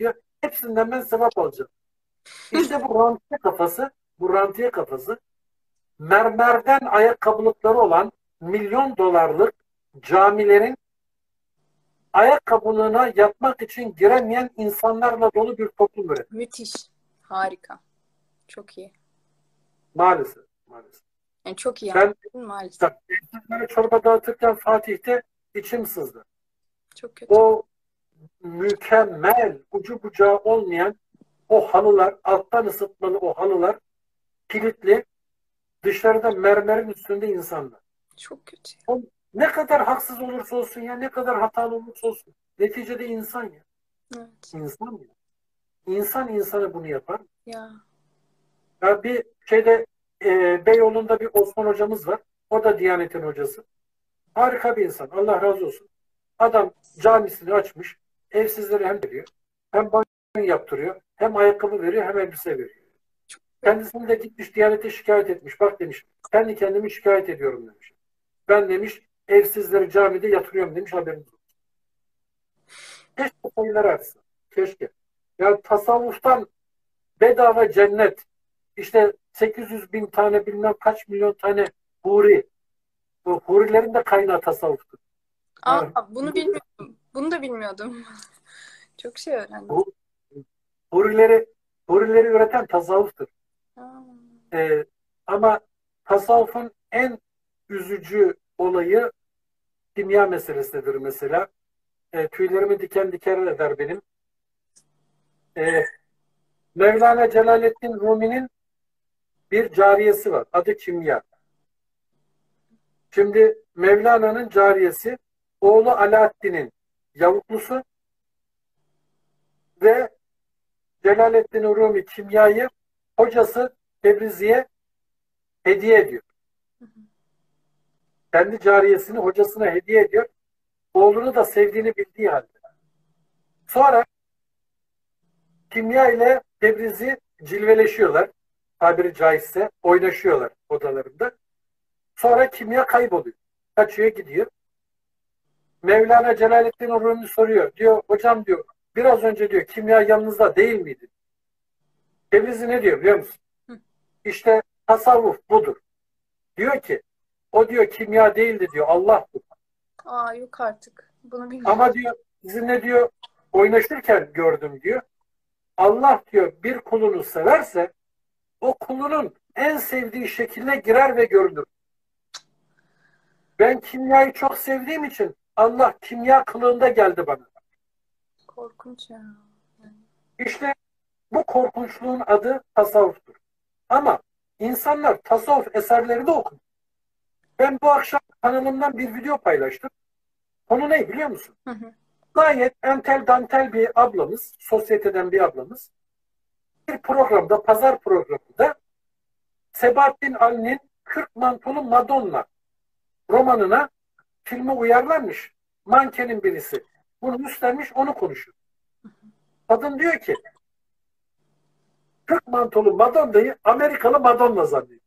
hepsinden ben sevap alacağım. İşte bu rantiye kafası mermerden ayakkabılıkları olan milyon dolarlık camilerin ayakkabılığına yatmak için giremeyen insanlarla dolu bir toplum üretiyor. Müthiş. Harika. Çok iyi. Maalesef. Maalesef. Yani çok iyi Ben maalesef. böyle çorba dağıtırken Fatih'te içim sızdı. Çok kötü. O mükemmel, ucu bucağı olmayan o halılar, alttan ısıtmalı o halılar kilitli, dışarıda mermerin üstünde insanlar. Çok kötü. O ne kadar haksız olursa olsun ya, ne kadar hatalı olursa olsun. Neticede insan ya. Evet. İnsan ya. İnsan insana bunu yapar. Ya. Ya bir şeyde Beyoğlu'nda bir Osman hocamız var. O da Diyanet'in hocası. Harika bir insan. Allah razı olsun. Adam camisini açmış. Evsizlere hem veriyor. Hem banyo yaptırıyor. Hem ayakkabı veriyor hem elbise veriyor. Kendisini de gitmiş Diyanet'e şikayet etmiş. Bak demiş. Kendi kendimi şikayet ediyorum demiş. Ben demiş evsizleri camide yatırıyorum demiş, haberiniz olsun. Keşke sayıları artsa. Keşke. Ya tasavvuftan bedava cennet, işte 800 bin tane bilmem kaç milyon tane huri. Bu hurilerin de kaynağı tasavvuftur. Yani, Bunu bilmiyordum. Bunu da bilmiyordum. Çok şey öğrendim. hurileri üreten tasavvuftur. Aa. Ama tasavvufun en üzücü olayı kimya meselesidir mesela. Tüylerimi diken diken eder benim. Mevlana Celaleddin Rumi'nin bir cariyesi var. Adı Kimya. Şimdi Mevlana'nın cariyesi oğlu Alaaddin'in yavuklusu ve Celaleddin Rumi Kimya'yı hocası Tebrizi'ye hediye ediyor. Kendi cariyesini hocasına hediye ediyor. Oğlunu da sevdiğini bildiği halde. Sonra Kimya ile Tebrizi cilveleşiyorlar. Tabiri caizse oynaşıyorlar odalarında. Sonra Kimya kayboluyor. Kaçıyor gidiyor. Mevlana Celaleddin Rumi soruyor. Diyor hocam diyor biraz önce diyor Kimya yanınızda değil miydi? Tebrizi ne diyor biliyor musun? İşte tasavvuf budur. Diyor ki o diyor kimya değildi diyor, Allah'tır. Yok artık. Bunu bilmiyorum. Ama diyor sizinle diyor oynaşırken gördüm diyor. Allah diyor bir kulunu severse o kulunun en sevdiği şekline girer ve görünür. Ben kimyayı çok sevdiğim için Allah kimya kılığında geldi bana. Korkunç ya. İşte bu korkunçluğun adı tasavvuftur. Ama insanlar tasavvuf eserleri de okur. Ben bu akşam kanalımdan bir video paylaştım. Konu ne biliyor musun? Hı hı. Gayet entel dantel bir ablamız, sosyeteden bir ablamız, bir programda, pazar programında Sebahattin Ali'nin Kırk Mantolu Madonna romanına filme uyarlanmış. Mankenin birisi. Bunu üstlenmiş, onu konuşuyor. Kadın diyor ki Kırk Mantolu Madonna'yı Amerikalı Madonna zannediyor.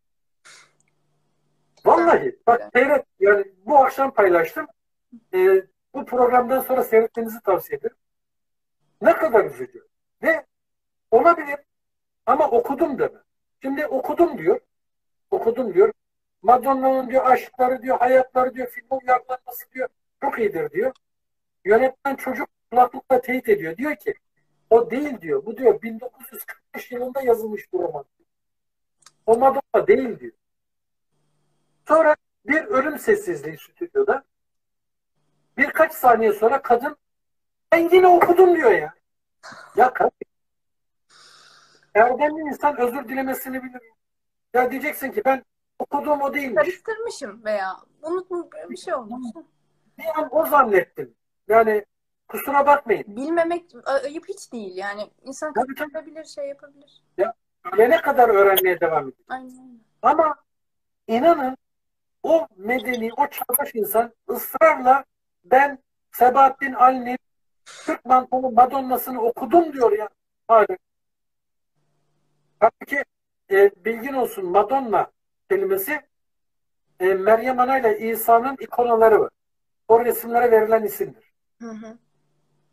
Vallahi bak seyret, yani bu akşam paylaştım. Bu programdan sonra seyretmenizi tavsiye ederim. Ne kadar üzücü. Ve olabilir ama okudum deme. Şimdi okudum diyor. Okudum diyor. Madonna'nın diyor aşkları diyor, hayatları diyor, film uyarlanması diyor. Çok iyidir diyor. Yönetmen çocuk kulaklıkla teyit ediyor. Diyor ki o değil diyor. Bu diyor 1945 yılında yazılmış bir roman. O Madonna değil diyor. Sonra bir ölüm sessizliği stüdyoda. Birkaç saniye sonra kadın ben yine okudum diyor ya. Ya kardeşim, erdemli insan özür dilemesini bilir. Ya diyeceksin ki ben okuduğum o değilmiş. Karıştırmışım veya unutmuş bir şey olmuş. Bir an o zannettim. Yani kusura bakmayın. Bilmemek ayıp hiç değil. Yani insan Tabii, tabii. karıştırabilir, şey yapabilir. Ya, ölene kadar öğrenmeye devam ediyor. Aynen. Ama inanın o medeni, o çağdaş insan ısrarla ben Sebahattin Ali'nin Türk Mantolu Madonna'sını okudum diyor ya. Hayır. Halbuki bilgin olsun Madonna kelimesi Meryem Ana ile İsa'nın ikonaları var. O resimlere verilen isimdir. Hı hı.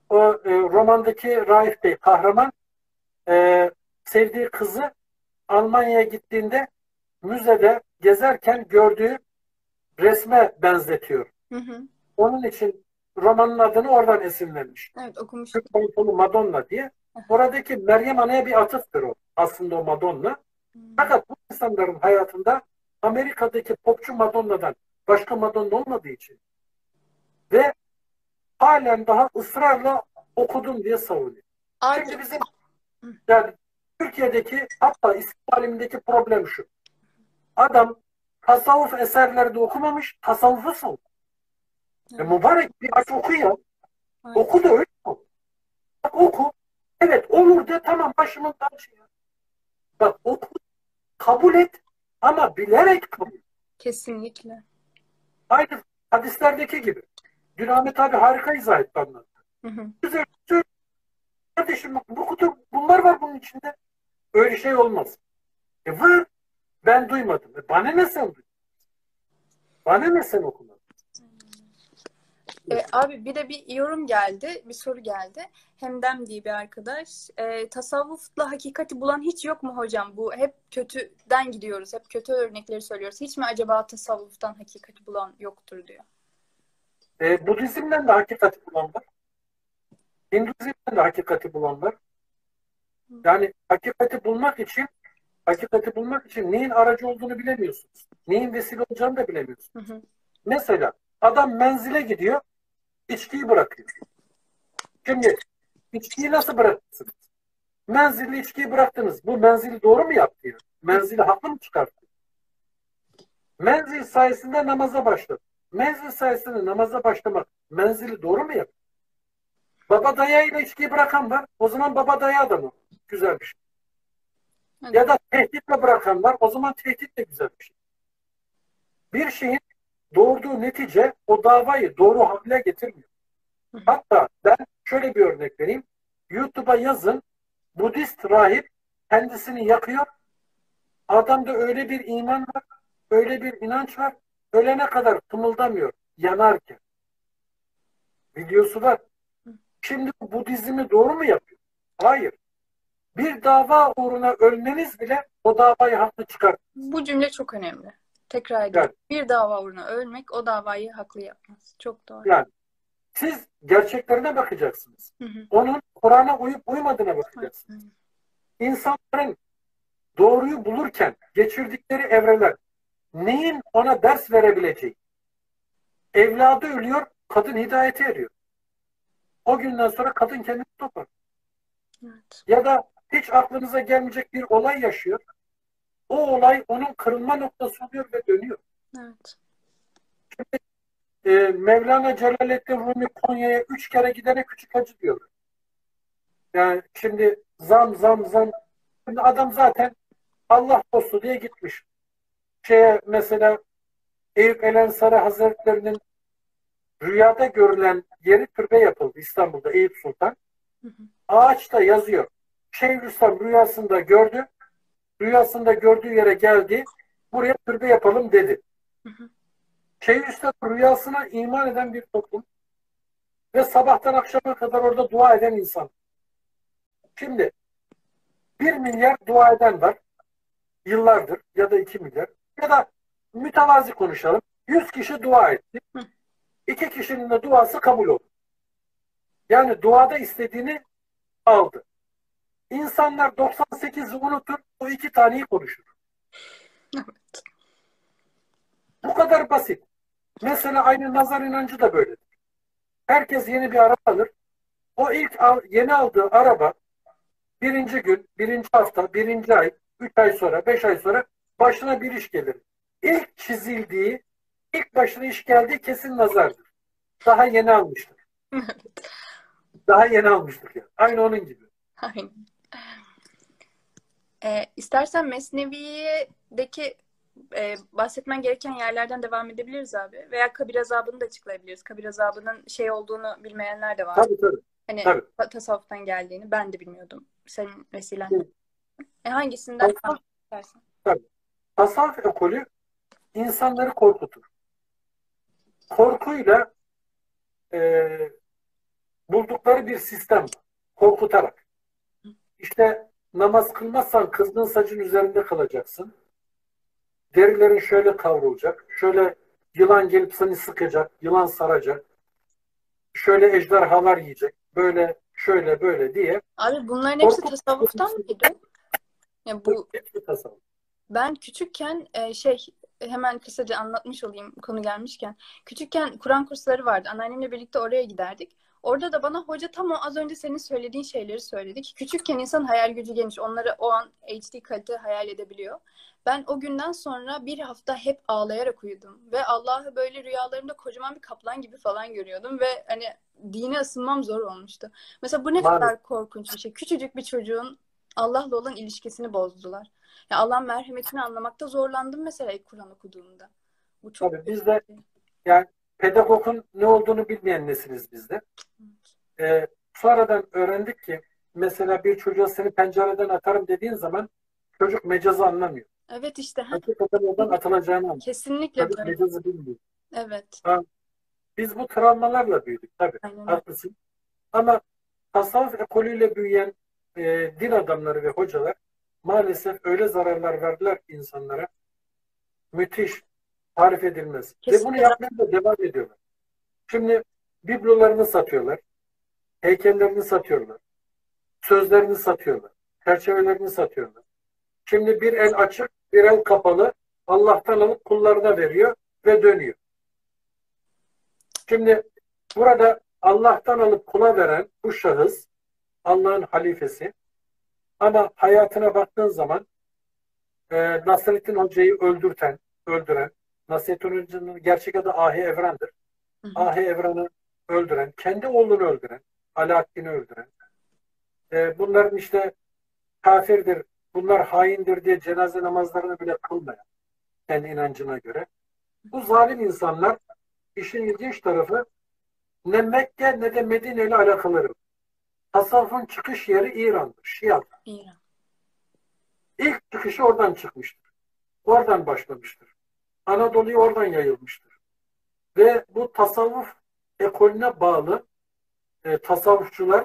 o romandaki Raif Bey kahraman sevdiği kızı Almanya'ya gittiğinde müzede gezerken gördüğü resme benzetiyor. Hı hı. Onun için romanın adını oradan esinlenmiş. Evet, okumuştum. Türk boyutulu Madonna diye. Oradaki Meryem Ana'ya bir atıftır o. Aslında o Madonna. Fakat bu insanların hayatında Amerika'daki popçu Madonna'dan başka Madonna olmadığı için ve halen daha ısrarla okudum diye savunuyor. Abi, Şimdi bizim yani Türkiye'deki hatta İslam alemindeki problem şu. Adam tasavvuf eserleri de okumamış, tasavvufu savunuyor. Mübarek bir aç oku ya. evet. Oku da öyle oku. Bak oku. Evet olur de tamam başımın tacı ya. Bak oku. Kabul et ama bilerek kabul et. Kesinlikle. Aynı hadislerdeki gibi. Dün Ahmet abi harika izah etti anlattı. Hı hı. Güzel, güzel. Kardeşim bak bu kutu bunlar var bunun içinde. Öyle şey olmaz. Var. Ben duymadım. Bana ne sen duydun? Bana ne sen okumadın? Abi bir de bir yorum geldi, bir soru geldi. Hemdem diye bir arkadaş. Tasavvufla hakikati bulan hiç yok mu hocam? Bu hep kötüden gidiyoruz, hep kötü örnekleri söylüyoruz. Hiç mi acaba tasavvuftan hakikati bulan yoktur diyor. Budizm'den de hakikati bulan var. Hinduizm'den de hakikati bulan var. Yani hakikati bulmak için neyin aracı olduğunu bilemiyorsunuz. Neyin vesile olacağını da bilemiyorsunuz. Hı hı. Mesela adam menzile gidiyor, içkiyi bırakıyor. Şimdi içkiyi nasıl bırakırsınız? Menzilli içkiyi bıraktınız. Bu menzili doğru mu yaptı? Yani? Menzili haklı mı çıkarttı? Menzil sayesinde namaza başladı. Menzil sayesinde namaza başlamak menzili doğru mu yaptı? Baba dayayla içkiyi bırakan var. O zaman baba daya adamı. Güzel bir şey. Hadi. Ya da tehditle bırakan var. O zaman tehdit de güzel bir şey. Bir şeyin doğurduğu netice o davayı doğru hale getirmiyor. Hatta ben şöyle bir örnek vereyim. YouTube'a yazın Budist rahip kendisini yakıyor. Adamda öyle bir iman var, öyle bir inanç var. Ölene kadar kımıldamıyor. Yanarken. Videosu var. Şimdi bu Budizmi doğru mu yapıyor? Hayır. Bir dava uğruna ölmeniz bile o davayı haklı çıkartır. Bu cümle çok önemli. Tekrar ediyorum. Yani, Bir dava uğruna ölmek o davayı haklı yapmaz. Çok doğru. yani siz gerçeklerine bakacaksınız. Hı hı. Onun Kur'an'a uyup uymadığına bakacaksınız. İnsanların doğruyu bulurken geçirdikleri evreler neyin ona ders verebileceği. Evladı ölüyor, kadın hidayete eriyor. O günden sonra kadın kendini topar. Evet. Ya da hiç aklınıza gelmeyecek bir olay yaşıyor. O olay onun kırılma noktası oluyor ve dönüyor. Evet. Mevlana Celaleddin Rumi Konya'ya 3 kere gidene küçük hacı diyor. Yani şimdi zam. Şimdi adam zaten Allah dostu diye gitmiş. Mesela Eyüp El Ensari Hazretleri'nin rüyada görülen yeri türbe yapıldı İstanbul'da Eyüp Sultan. Hı hı. Ağaçta yazıyor. Şeyhülislam rüyasında gördü. Rüyasında gördüğü yere geldi. Buraya türbe yapalım dedi. Hı hı. Şeyhülislam rüyasına iman eden bir toplum ve sabahtan akşama kadar orada dua eden insan. Şimdi 1 milyar dua eden var. Yıllardır ya da 2 milyar. Ya da mütevazi konuşalım. 100 kişi dua etti. 2 kişinin de duası kabul oldu. Yani duada istediğini aldı. İnsanlar 98'i unutur, o 2 taneyi konuşur. Evet. Bu kadar basit. Mesela aynı nazar inancı da böyledir. Herkes yeni bir araba alır. O yeni aldığı araba birinci gün, birinci hafta, birinci ay, 3 ay sonra, 5 ay sonra başına bir iş gelir. İlk çizildiği, ilk başına iş geldiği kesin nazardır. Daha yeni almıştır. Evet. Daha yeni almıştır yani. Aynı onun gibi. Aynen. İstersen Mesnevi'deki bahsetmen gereken yerlerden devam edebiliriz abi. Veya kabir azabını da açıklayabiliriz. Kabir azabının şey olduğunu bilmeyenler de var. Tabii. Hani Tabii. tasavvuftan geldiğini ben de bilmiyordum. Senin vesilenle. Hangisinden istersen. Tabii. Tasavvuf ekolü insanları korkutur. Korkuyla buldukları bir sistem var. Korkutarak. İşte namaz kılmazsan kızgın sacın üzerinde kalacaksın. Derilerin şöyle kavrulacak. Şöyle yılan gelip seni sıkacak. Yılan saracak. Şöyle ejderhalar yiyecek. Böyle şöyle böyle diye. Abi bunların hepsi tasavvuftan mıydı? Ya bu Hepsi tasavvuf. ben küçükken hemen kısaca anlatmış olayım konu gelmişken. Küçükken Kur'an kursları vardı. Anneannemle birlikte oraya giderdik. Orada da bana hoca tam o az önce senin söylediğin şeyleri söyledi ki küçükken insan hayal gücü geniş. Onları o an HD kalite hayal edebiliyor. Ben o günden sonra bir hafta hep ağlayarak uyudum. Ve Allah'ı böyle rüyalarımda kocaman bir kaplan gibi falan görüyordum. Ve hani dine ısınmam zor olmuştu. Mesela bu ne Maalesef. kadar korkunç bir şey. Küçücük bir çocuğun Allah'la olan ilişkisini bozdular. Ya Allah'ın merhametini anlamakta zorlandım mesela ilk Kur'an okuduğumda. Bu çok Tabii biz de yani pedagogun ne olduğunu bilmeyen nesiliz biz de. Sonradan öğrendik ki mesela bir çocuğa seni pencereden atarım dediğin zaman çocuk mecazı anlamıyor. Evet işte. Hakikaten oradan atılacağını anlıyor. Kesinlikle Çocuk böyle. mecazı bilmiyor. Evet. Ha, biz bu travmalarla büyüdük tabii. Aynen. Haklısın. Ama tasavvuf ekolüyle büyüyen din adamları ve hocalar maalesef öyle zararlar verdiler ki insanlara. Müthiş, tarif edilmez. Ve bunu Kesinlikle. yapmaya da devam ediyorlar. Şimdi biblolarını satıyorlar, heykellerini satıyorlar, sözlerini satıyorlar, çerçevelerini satıyorlar. Şimdi bir el açık, bir el kapalı, Allah'tan alıp kullarına veriyor ve dönüyor. Şimdi burada Allah'tan alıp kula veren bu şahıs Allah'ın halifesi. Ama hayatına baktığın zaman Nasrettin Hoca'yı öldüren, Nasrettin Hoca'nın gerçek adı Ahi Evren'dir. Ahi Evren'i öldüren, kendi oğlunu öldüren, Alaaddin'i öldüren, bunların işte kafirdir, bunlar haindir diye cenaze namazlarını bile kılmayan, kendi inancına göre. Bu zalim insanlar işin ilginç tarafı ne Mekke ne de Medine ile alakaları. Tasavvufun çıkış yeri İran'dır, Şia'dır. İran. İlk çıkışı oradan çıkmıştır. Oradan başlamıştır. Anadolu'ya oradan yayılmıştır. Ve bu tasavvuf ekolüne bağlı tasavvufçular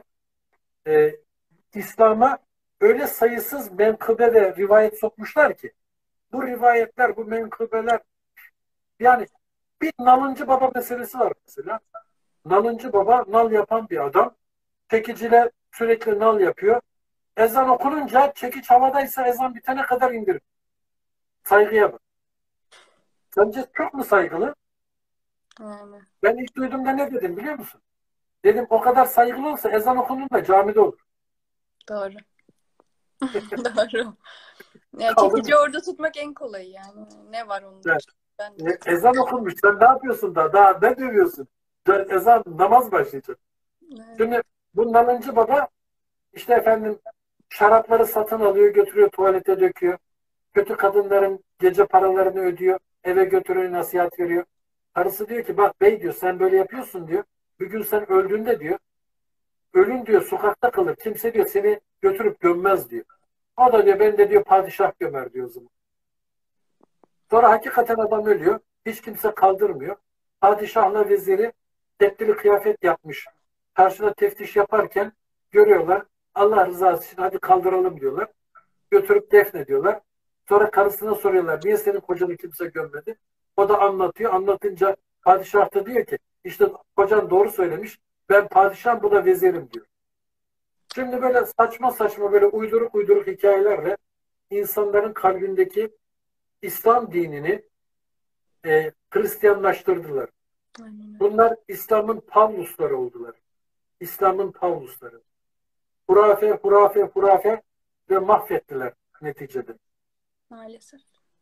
İslam'a öyle sayısız menkıbe ve rivayet sokmuşlar ki bu rivayetler, bu menkıbeler yani bir nalıncı baba meselesi var mesela. Nalıncı baba nal yapan bir adam. Çekiciyle sürekli nal yapıyor. Ezan okununca çekiç havadaysa ezan bitene kadar indirir. Saygıya bak. Sence çok mu saygılı? Yani. Ben ilk duyduğumda ne dedim biliyor musun? Dedim o kadar saygılı olsa ezan okunduğunda camide olur. Doğru. Doğru. Yani Kaldı çekici orada tutmak en kolayı yani. Ne var onda? Evet. Ben de. Ezan okunmuş. Sen ne yapıyorsun da? Daha ne dövüyorsun? Ezan, namaz başlayacak. Evet. Şimdi bu nalıncı baba işte efendim şarapları satın alıyor, götürüyor, tuvalete döküyor. Kötü kadınların gece paralarını ödüyor. Eve götürüyor, nasihat veriyor. Karısı diyor ki bak bey diyor sen böyle yapıyorsun diyor. Bir gün sen öldüğünde diyor. Ölün diyor sokakta kalır. Kimse diyor seni götürüp gömmez diyor. O da diyor ben de diyor padişah gömer diyor o zaman. Sonra hakikaten adam ölüyor. Hiç kimse kaldırmıyor. Padişahla veziri tebdili kıyafet yapmış. Karşına teftiş yaparken görüyorlar. Allah rızası için hadi kaldıralım diyorlar. Götürüp defnediyorlar. Sonra karısına soruyorlar. Niye senin kocanı kimse gömmedi? O da anlatıyor. Anlatınca padişah da diyor ki işte kocan doğru söylemiş. Ben padişahım bu da vezirim diyor. Şimdi böyle saçma saçma böyle uyduruk uyduruk hikayelerle insanların kalbindeki İslam dinini Hristiyanlaştırdılar. Aynen. Bunlar İslam'ın Pavlusları oldular. İslam'ın Pavlusları. Hurafe, hurafe, hurafe ve mahvettiler neticede. Maalesef.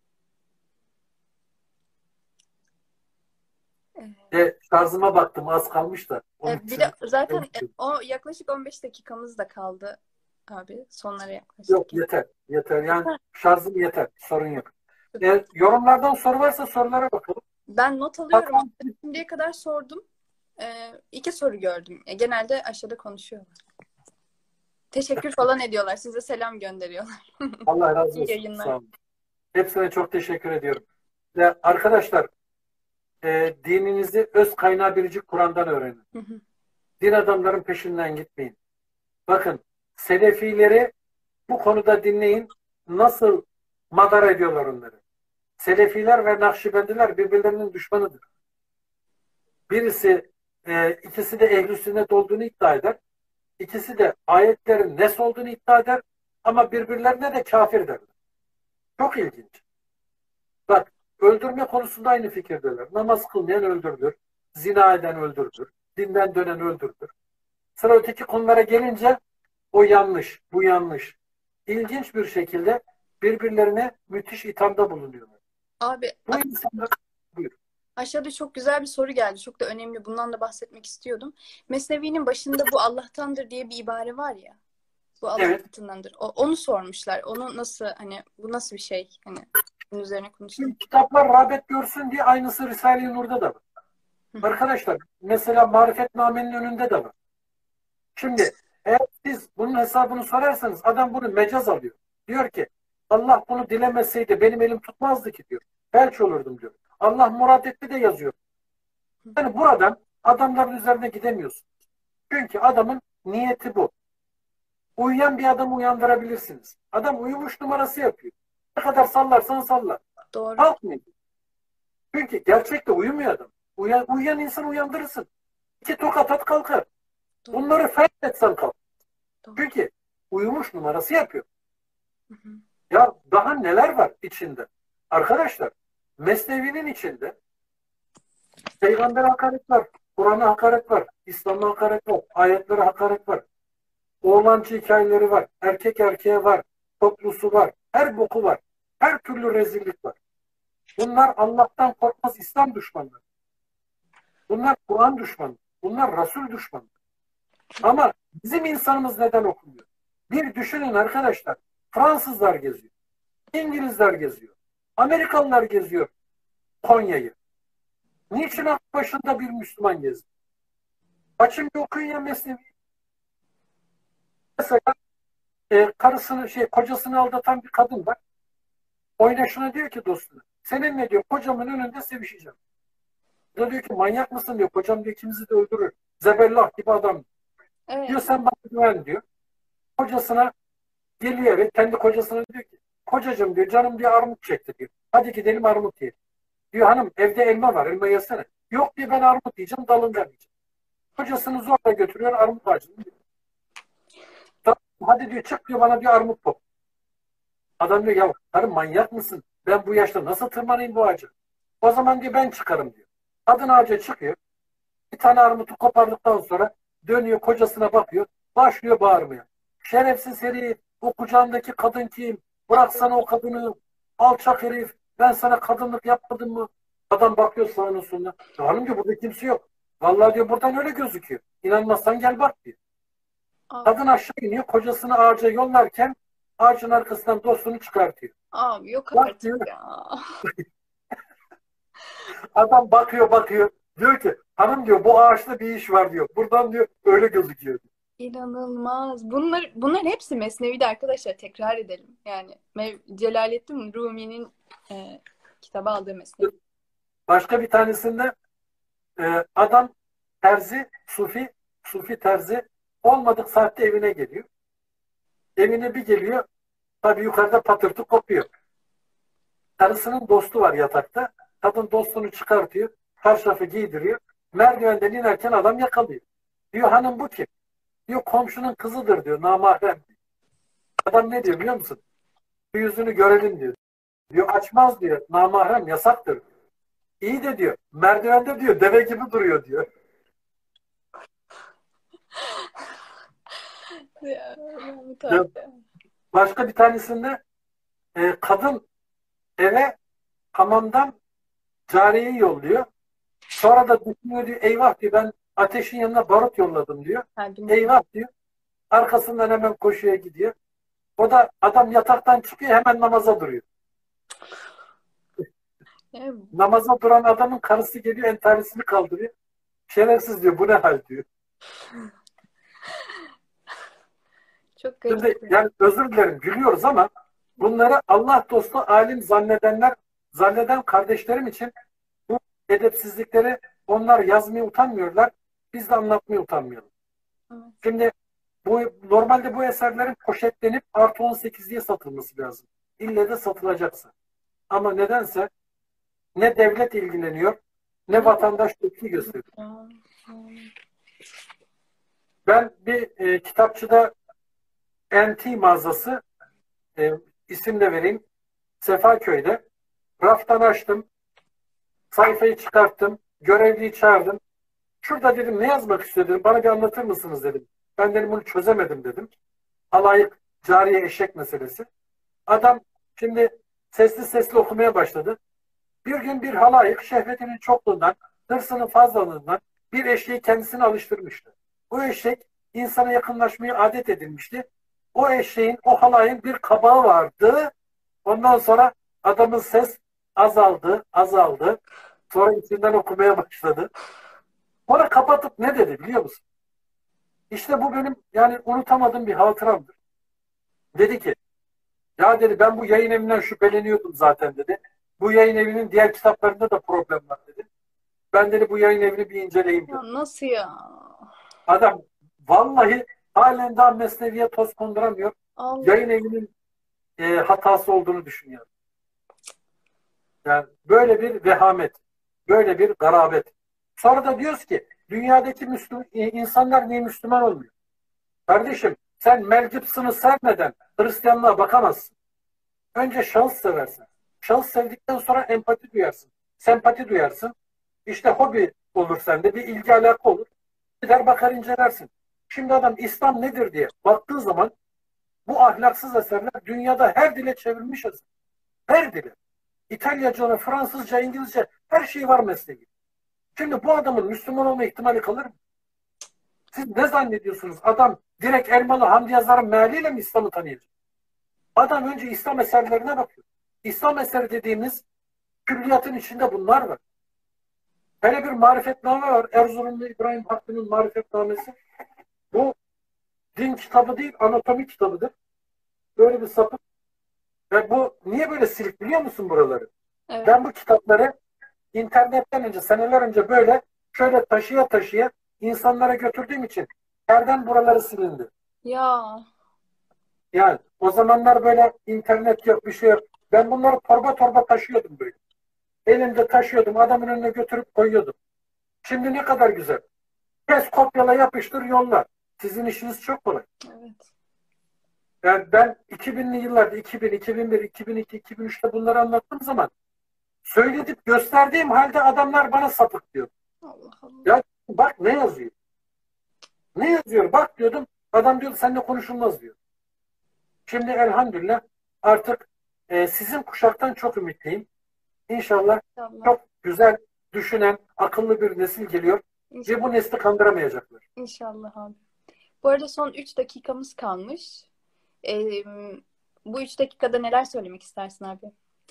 Şarjıma baktım az kalmış da. Onun Bir için de zaten o yaklaşık 15 dakikamız da kaldı abi. Sonlara yaklaştık. yok yeter. Yeter. Yani şarjım yeter. Sorun yok. Yorumlardan soru varsa sorulara bakalım. Ben not alıyorum. Şimdiye kadar sordum. 2 soru gördüm. Genelde aşağıda konuşuyorlar. Teşekkür falan ediyorlar. Size selam gönderiyorlar. Allah razı İyi olsun. yayınlar. Sağ olun. Hepsine çok teşekkür ediyorum. Ve arkadaşlar dininizi öz kaynağı biricik Kur'an'dan öğrenin. Din adamların peşinden gitmeyin. Bakın, Selefileri bu konuda dinleyin. Nasıl madar ediyorlar onları. Selefiler ve Nakşibendiler birbirlerinin düşmanıdır. Birisi, ikisi de ehl-i sünnet olduğunu iddia eder. İkisi de ayetlerin nes olduğunu iddia eder. Ama birbirlerine de kafir derler. Çok ilginç. Bak, öldürme konusunda aynı fikirdeler. Namaz kılmayan öldürülür. Zina eden öldürülür. Dinden dönen öldürülür. Sıra öteki konulara gelince o yanlış, bu yanlış. İlginç bir şekilde birbirlerine müthiş ithamda bulunuyorlar. Abi Bu insanlar... Buyur. aşağıda çok güzel bir soru geldi. Çok da önemli. Bundan da bahsetmek istiyordum. Mesnevi'nin başında bu Allah'tandır diye bir ibare var ya. Bu Allah Evet. katındandır. Onu sormuşlar. Onu nasıl, hani bu nasıl bir şey? Hani bunun üzerine konuşalım. Şimdi kitaplar rağbet görsün diye aynısı Risale-i Nur'da da var. Arkadaşlar, mesela Marifetname'nin önünde de var. Şimdi eğer siz bunun hesabını sorarsanız adam bunu mecaz alıyor. Diyor ki Allah bunu dilemeseydi benim elim tutmazdı ki diyor. Felç olurdum diyor. Allah murad etti de yazıyor. Yani buradan adamların üzerine gidemiyorsun. Çünkü adamın niyeti bu. Uyuyan bir adamı uyandırabilirsiniz. Adam uyumuş numarası yapıyor. Ne kadar sallarsan salla. Doğru. Kalkmıyor. Çünkü gerçekte uyumuyor adam. Uyuyan insan uyandırırsın. 2 tokat at kalkar. Doğru. Bunları fethetsen kalk. Doğru. Çünkü uyumuş numarası yapıyor. Hı hı. Ya daha neler var içinde? Arkadaşlar, Mesnevi'nin içinde Peygamber hakaret var, Kur'an'a hakaret var, İslam'a hakaret var, ayetlere hakaret var. Oğlancı hikayeleri var, erkek erkeğe var, toplusu var, her boku var, her türlü rezillik var. Bunlar Allah'tan korkmaz İslam düşmanları. Bunlar Kur'an düşmanı. Bunlar Resul düşmanı. Ama bizim insanımız neden okumuyor? Bir düşünün arkadaşlar. Fransızlar geziyor. İngilizler geziyor. Amerikalılar geziyor Konya'yı. Niçin aklı başında bir Müslüman gezdi? Açın bir okuyun ya Mesnevi. Mesela karısını, kocasını aldatan bir kadın var. Oynaşına diyor ki dostuna, seninle diyor kocamın önünde sevişeceğim. O da diyor ki manyak mısın diyor. Kocam diyor ikimizi de öldürür. Zebellah gibi adam. Evet. Diyor sen bana güven diyor. Kocasına geliyor ve kendi kocasına diyor ki kocacığım diyor canım diyor armut çekti diyor. Hadi gidelim armut yiyelim. Diyor hanım evde elma var elma yesene. Yok diyor ben armut yiyeceğim dalından yiyeceğim. Kocasını zorla götürüyor armut ağacına. Tamam, hadi diyor çık diyor bana bir armut top. Adam diyor ya karım manyak mısın? Ben bu yaşta nasıl tırmanayım bu ağaca? O zaman diyor ben çıkarım diyor. Kadın ağaca çıkıyor. Bir tane armutu kopardıktan sonra dönüyor kocasına bakıyor. Başlıyor bağırmaya. Şerefsiz herif, o kucağındaki kadın kim? Bıraksana o kadını. Alçak herif. Ben sana kadınlık yapmadım mı? Adam bakıyor sağına soluna. Hanım diyor burada kimse yok. Vallahi diyor buradan öyle gözüküyor. İnanmazsan gel bak diyor. Kadın aşağı iniyor. Kocasını ağaca yollarken ağacın arkasından dostunu çıkartıyor. Abi yok Bak artık diyor. ya. Adam bakıyor. Diyor ki hanım diyor bu ağaçta bir iş var diyor. Buradan diyor öyle gözüküyor. İnanılmaz. Bunlar hepsi Mesnevi'de arkadaşlar. Tekrar edelim. Yani Celaleddin Rumi'nin kitabı aldığı Mesnevi. Başka bir tanesinde adam terzi, sufi terzi olmadık saatte evine geliyor. Evine bir geliyor. Tabii yukarıda patırtı kopuyor. Karısının dostu var yatakta. Kadın dostunu çıkartıyor. Çarşafı giydiriyor. Merdivenden inerken adam yakalıyor. Diyor hanım bu kim? Diyor komşunun kızıdır diyor. Namahrem. Adam ne diyor biliyor musun? Bir yüzünü görelim diyor. Diyor açmaz diyor. Namahrem yasaktır. İyi de diyor. Merdivende diyor deve gibi duruyor diyor. Ya, Başka bir tanesinde kadın eve hamamdan cariyeyi yolluyor. Sonra da düşünüyor diyor eyvah diyor ben ateşin yanına barut yolladım diyor. Eyvah diyor. Arkasından hemen koşuya gidiyor. O da adam yataktan çıkıyor hemen namaza duruyor. Namaza duran adamın karısı geliyor entarisini kaldırıyor. Şerefsiz diyor bu ne hal diyor. Çok garip. Şimdi yani özür dilerim gülüyoruz ama bunları Allah dostu alim zanneden kardeşlerim için bu edepsizlikleri onlar yazmaya utanmıyorlar. Biz de anlatmaya utanmayalım. Evet. Şimdi normalde bu eserlerin poşetlenip +18 diye satılması lazım. İlle de satılacaksa. Ama nedense ne devlet ilgileniyor, ne vatandaş tepki gösteriyor. Ya. Ben bir kitapçıda NT mağazası, isim de vereyim, Sefaköy'de raftan açtım, sayfayı çıkarttım, görevliyi çağırdım. Şurada dedim ne yazmak istiyor dedim, bana bir anlatır mısınız dedim. Ben dedim bunu çözemedim dedim. Halayık, cariye, eşek meselesi. Adam şimdi sesli sesli okumaya başladı. Bir gün bir halayık şehvetinin çokluğundan, hırsının fazlalığından bir eşeği kendisine alıştırmıştı. Bu eşek insana yakınlaşmayı adet edinmişti. O eşeğin, o halayın bir kabağı vardı. Ondan sonra adamın ses azaldı, azaldı. Sonra içinden okumaya başladı. Sonra kapatıp ne dedi biliyor musun? İşte bu benim yani unutamadığım bir hatıramdır. Dedi ki, ya dedi ben bu yayın evinden şüpheleniyordum zaten dedi. Bu yayın evinin diğer kitaplarında da problem var dedi. Ben dedi bu yayın evini bir inceleyeyim dedi. Ya nasıl ya? Adam vallahi halen daha Mesnevi'ye toz konduramıyor. Allah. Yayın evinin hatası olduğunu düşünüyor. Yani böyle bir vehamet, böyle bir garabet. Sonra da diyoruz ki dünyadaki insanlar niye Müslüman olmuyor? Kardeşim sen Mel Gibson'ı sevmeden Hristiyanlığa bakamazsın. Önce şahıs seversin. Şahıs sevdikten sonra empati duyarsın. Sempati duyarsın. İşte hobi olur sende. Bir ilgi alaka olur. Gider bakar incelersin. Şimdi adam İslam nedir diye baktığı zaman bu ahlaksız eserler dünyada her dile çevrilmiş eser. Her dile. İtalyaca, Fransızca, İngilizce her şey var mesleği. Şimdi bu adamın Müslüman olma ihtimali kalır mı? Siz ne zannediyorsunuz? Adam direkt Elmalı Hamdi Yazar'ın mealiyle mi İslam'ı tanıyacak? Adam önce İslam eserlerine bakıyor. İslam eseri dediğimiz külliyatın içinde bunlar var. Hele bir marifetname var. Erzurumlu İbrahim Hakkı'nın marifetnamesi. Bu din kitabı değil, anatomi kitabıdır. Böyle bir sapık. Ve bu niye böyle silik biliyor musun buraları? Evet. Ben bu kitapları internetten önce, seneler önce böyle şöyle taşıya taşıya insanlara götürdüğüm için yerden buraları silindi. Ya. Yani o zamanlar böyle internet yok, bir şey yok. Ben bunları torba torba taşıyordum böyle. Elimde taşıyordum, adamın önüne götürüp koyuyordum. Şimdi ne kadar güzel. Kes, kopyala, yapıştır, yolla. Sizin işiniz çok kolay. Evet. Yani ben 2000'li yıllarda 2000, 2001, 2002, 2003'te bunları anlattığım zaman söyledip gösterdiğim halde adamlar bana sapık diyor. Allah Allah. Ya bak ne yazıyor? Ne yazıyor? Bak diyordum. Adam diyordu seninle konuşulmaz diyor. Şimdi elhamdülillah artık sizin kuşaktan çok ümitliyim. İnşallah İnşallah. çok güzel, düşünen, akıllı bir nesil geliyor. İnşallah. Ve bu nesli kandıramayacaklar. İnşallah abi. Bu arada son 3 dakikamız kalmış. Bu 3 dakikada neler söylemek istersin abi?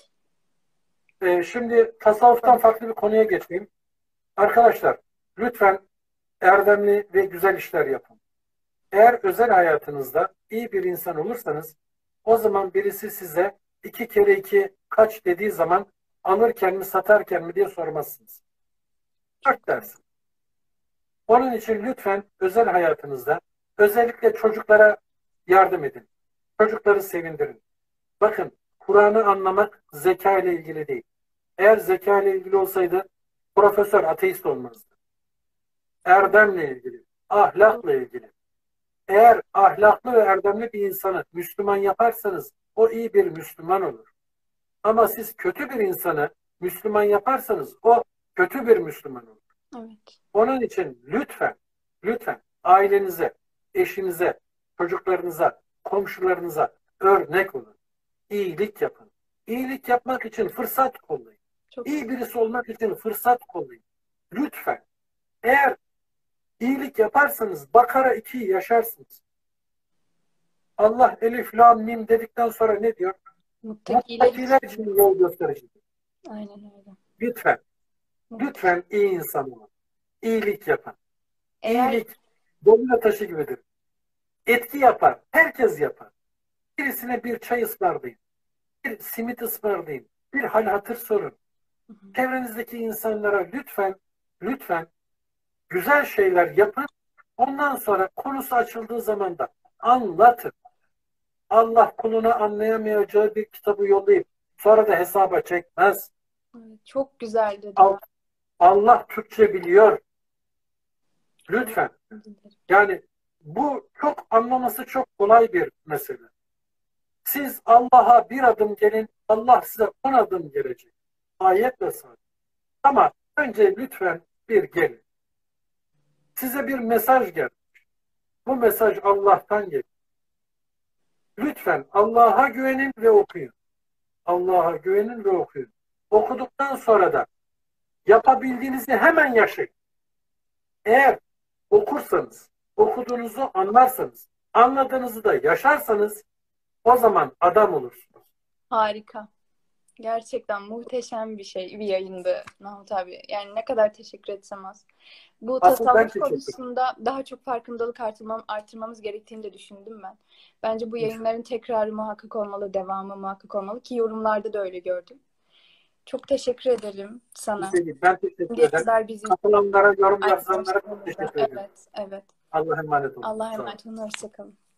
Şimdi tasavvuftan farklı bir konuya geçeyim. Arkadaşlar lütfen erdemli ve güzel işler yapın. Eğer özel hayatınızda iyi bir insan olursanız o zaman birisi size 2 kere 2 kaç dediği zaman alırken mi satarken mi diye sormazsınız. 4 dersin. Onun için lütfen özel hayatınızda özellikle çocuklara yardım edin. Çocukları sevindirin. Bakın Kur'an'ı anlamak zeka ile ilgili değil. Eğer zeka ile ilgili olsaydı profesör ateist olmazdı. Erdemle ilgili, ahlakla ilgili. Eğer ahlaklı ve erdemli bir insanı Müslüman yaparsanız o iyi bir Müslüman olur. Ama siz kötü bir insanı Müslüman yaparsanız o kötü bir Müslüman olur. Evet. Onun için lütfen, lütfen ailenize, eşinize, çocuklarınıza, komşularınıza örnek olun. İyilik yapın. İyilik yapmak için fırsat kollayın. Çok İyi birisi olmak için fırsat kollayın. Lütfen. Eğer iyilik yaparsanız Bakara 2'yi yaşarsınız. Allah Elif, Lam, Mim dedikten sonra ne diyor? Muttakiler için yol göstericidir. Aynen öyle. Lütfen. Lütfen iyi insan olun. İyilik yapın. Eğer İyilik domino taşı gibidir. Etki yapar. Herkes yapar. Birisine bir çay ısmarlayın. Bir simit ısmarlayın. Bir hal hatır sorun. Çevrenizdeki insanlara lütfen, lütfen güzel şeyler yapın Ondan sonra konusu açıldığı zaman da anlatın. Allah kuluna anlayamayacağı bir kitabı yollayıp sonra da hesaba çekmez. Evet, çok güzel dedin. Allah Türkçe biliyor. Lütfen. Yani bu çok anlaması çok kolay bir mesele. Siz Allah'a bir adım gelin, Allah size 10 adım gelecek. Ayetle sabit. Ama önce lütfen bir gelin. Size bir mesaj geldi. Bu mesaj Allah'tan geliyor. Lütfen Allah'a güvenin ve okuyun. Allah'a güvenin ve okuyun. Okuduktan sonra da yapabildiğinizi hemen yaşayın. Eğer okursanız, okuduğunuzu anlarsanız, anladığınızı da yaşarsanız o zaman adam olursunuz. Harika. Gerçekten muhteşem bir şey, bir yayındı Mahmut abi. Yani ne kadar teşekkür etsem az. Bu Asıl ben tasavvuf teşekkür ederim. konusunda daha çok farkındalık artırmamız gerektiğini de düşündüm ben. Bence bu yayınların tekrarı muhakkak olmalı, devamı muhakkak olmalı ki yorumlarda da öyle gördüm. Çok teşekkür ederim sana. Ben teşekkür ederim. Gençler bizi Katılanlara, yorum yazanlara çok arkadaşlarımıza. teşekkür ederim. Evet, evet. Allah'a emanet olun. Allah'a Sağ olun. emanet olun. Hoşça kalın.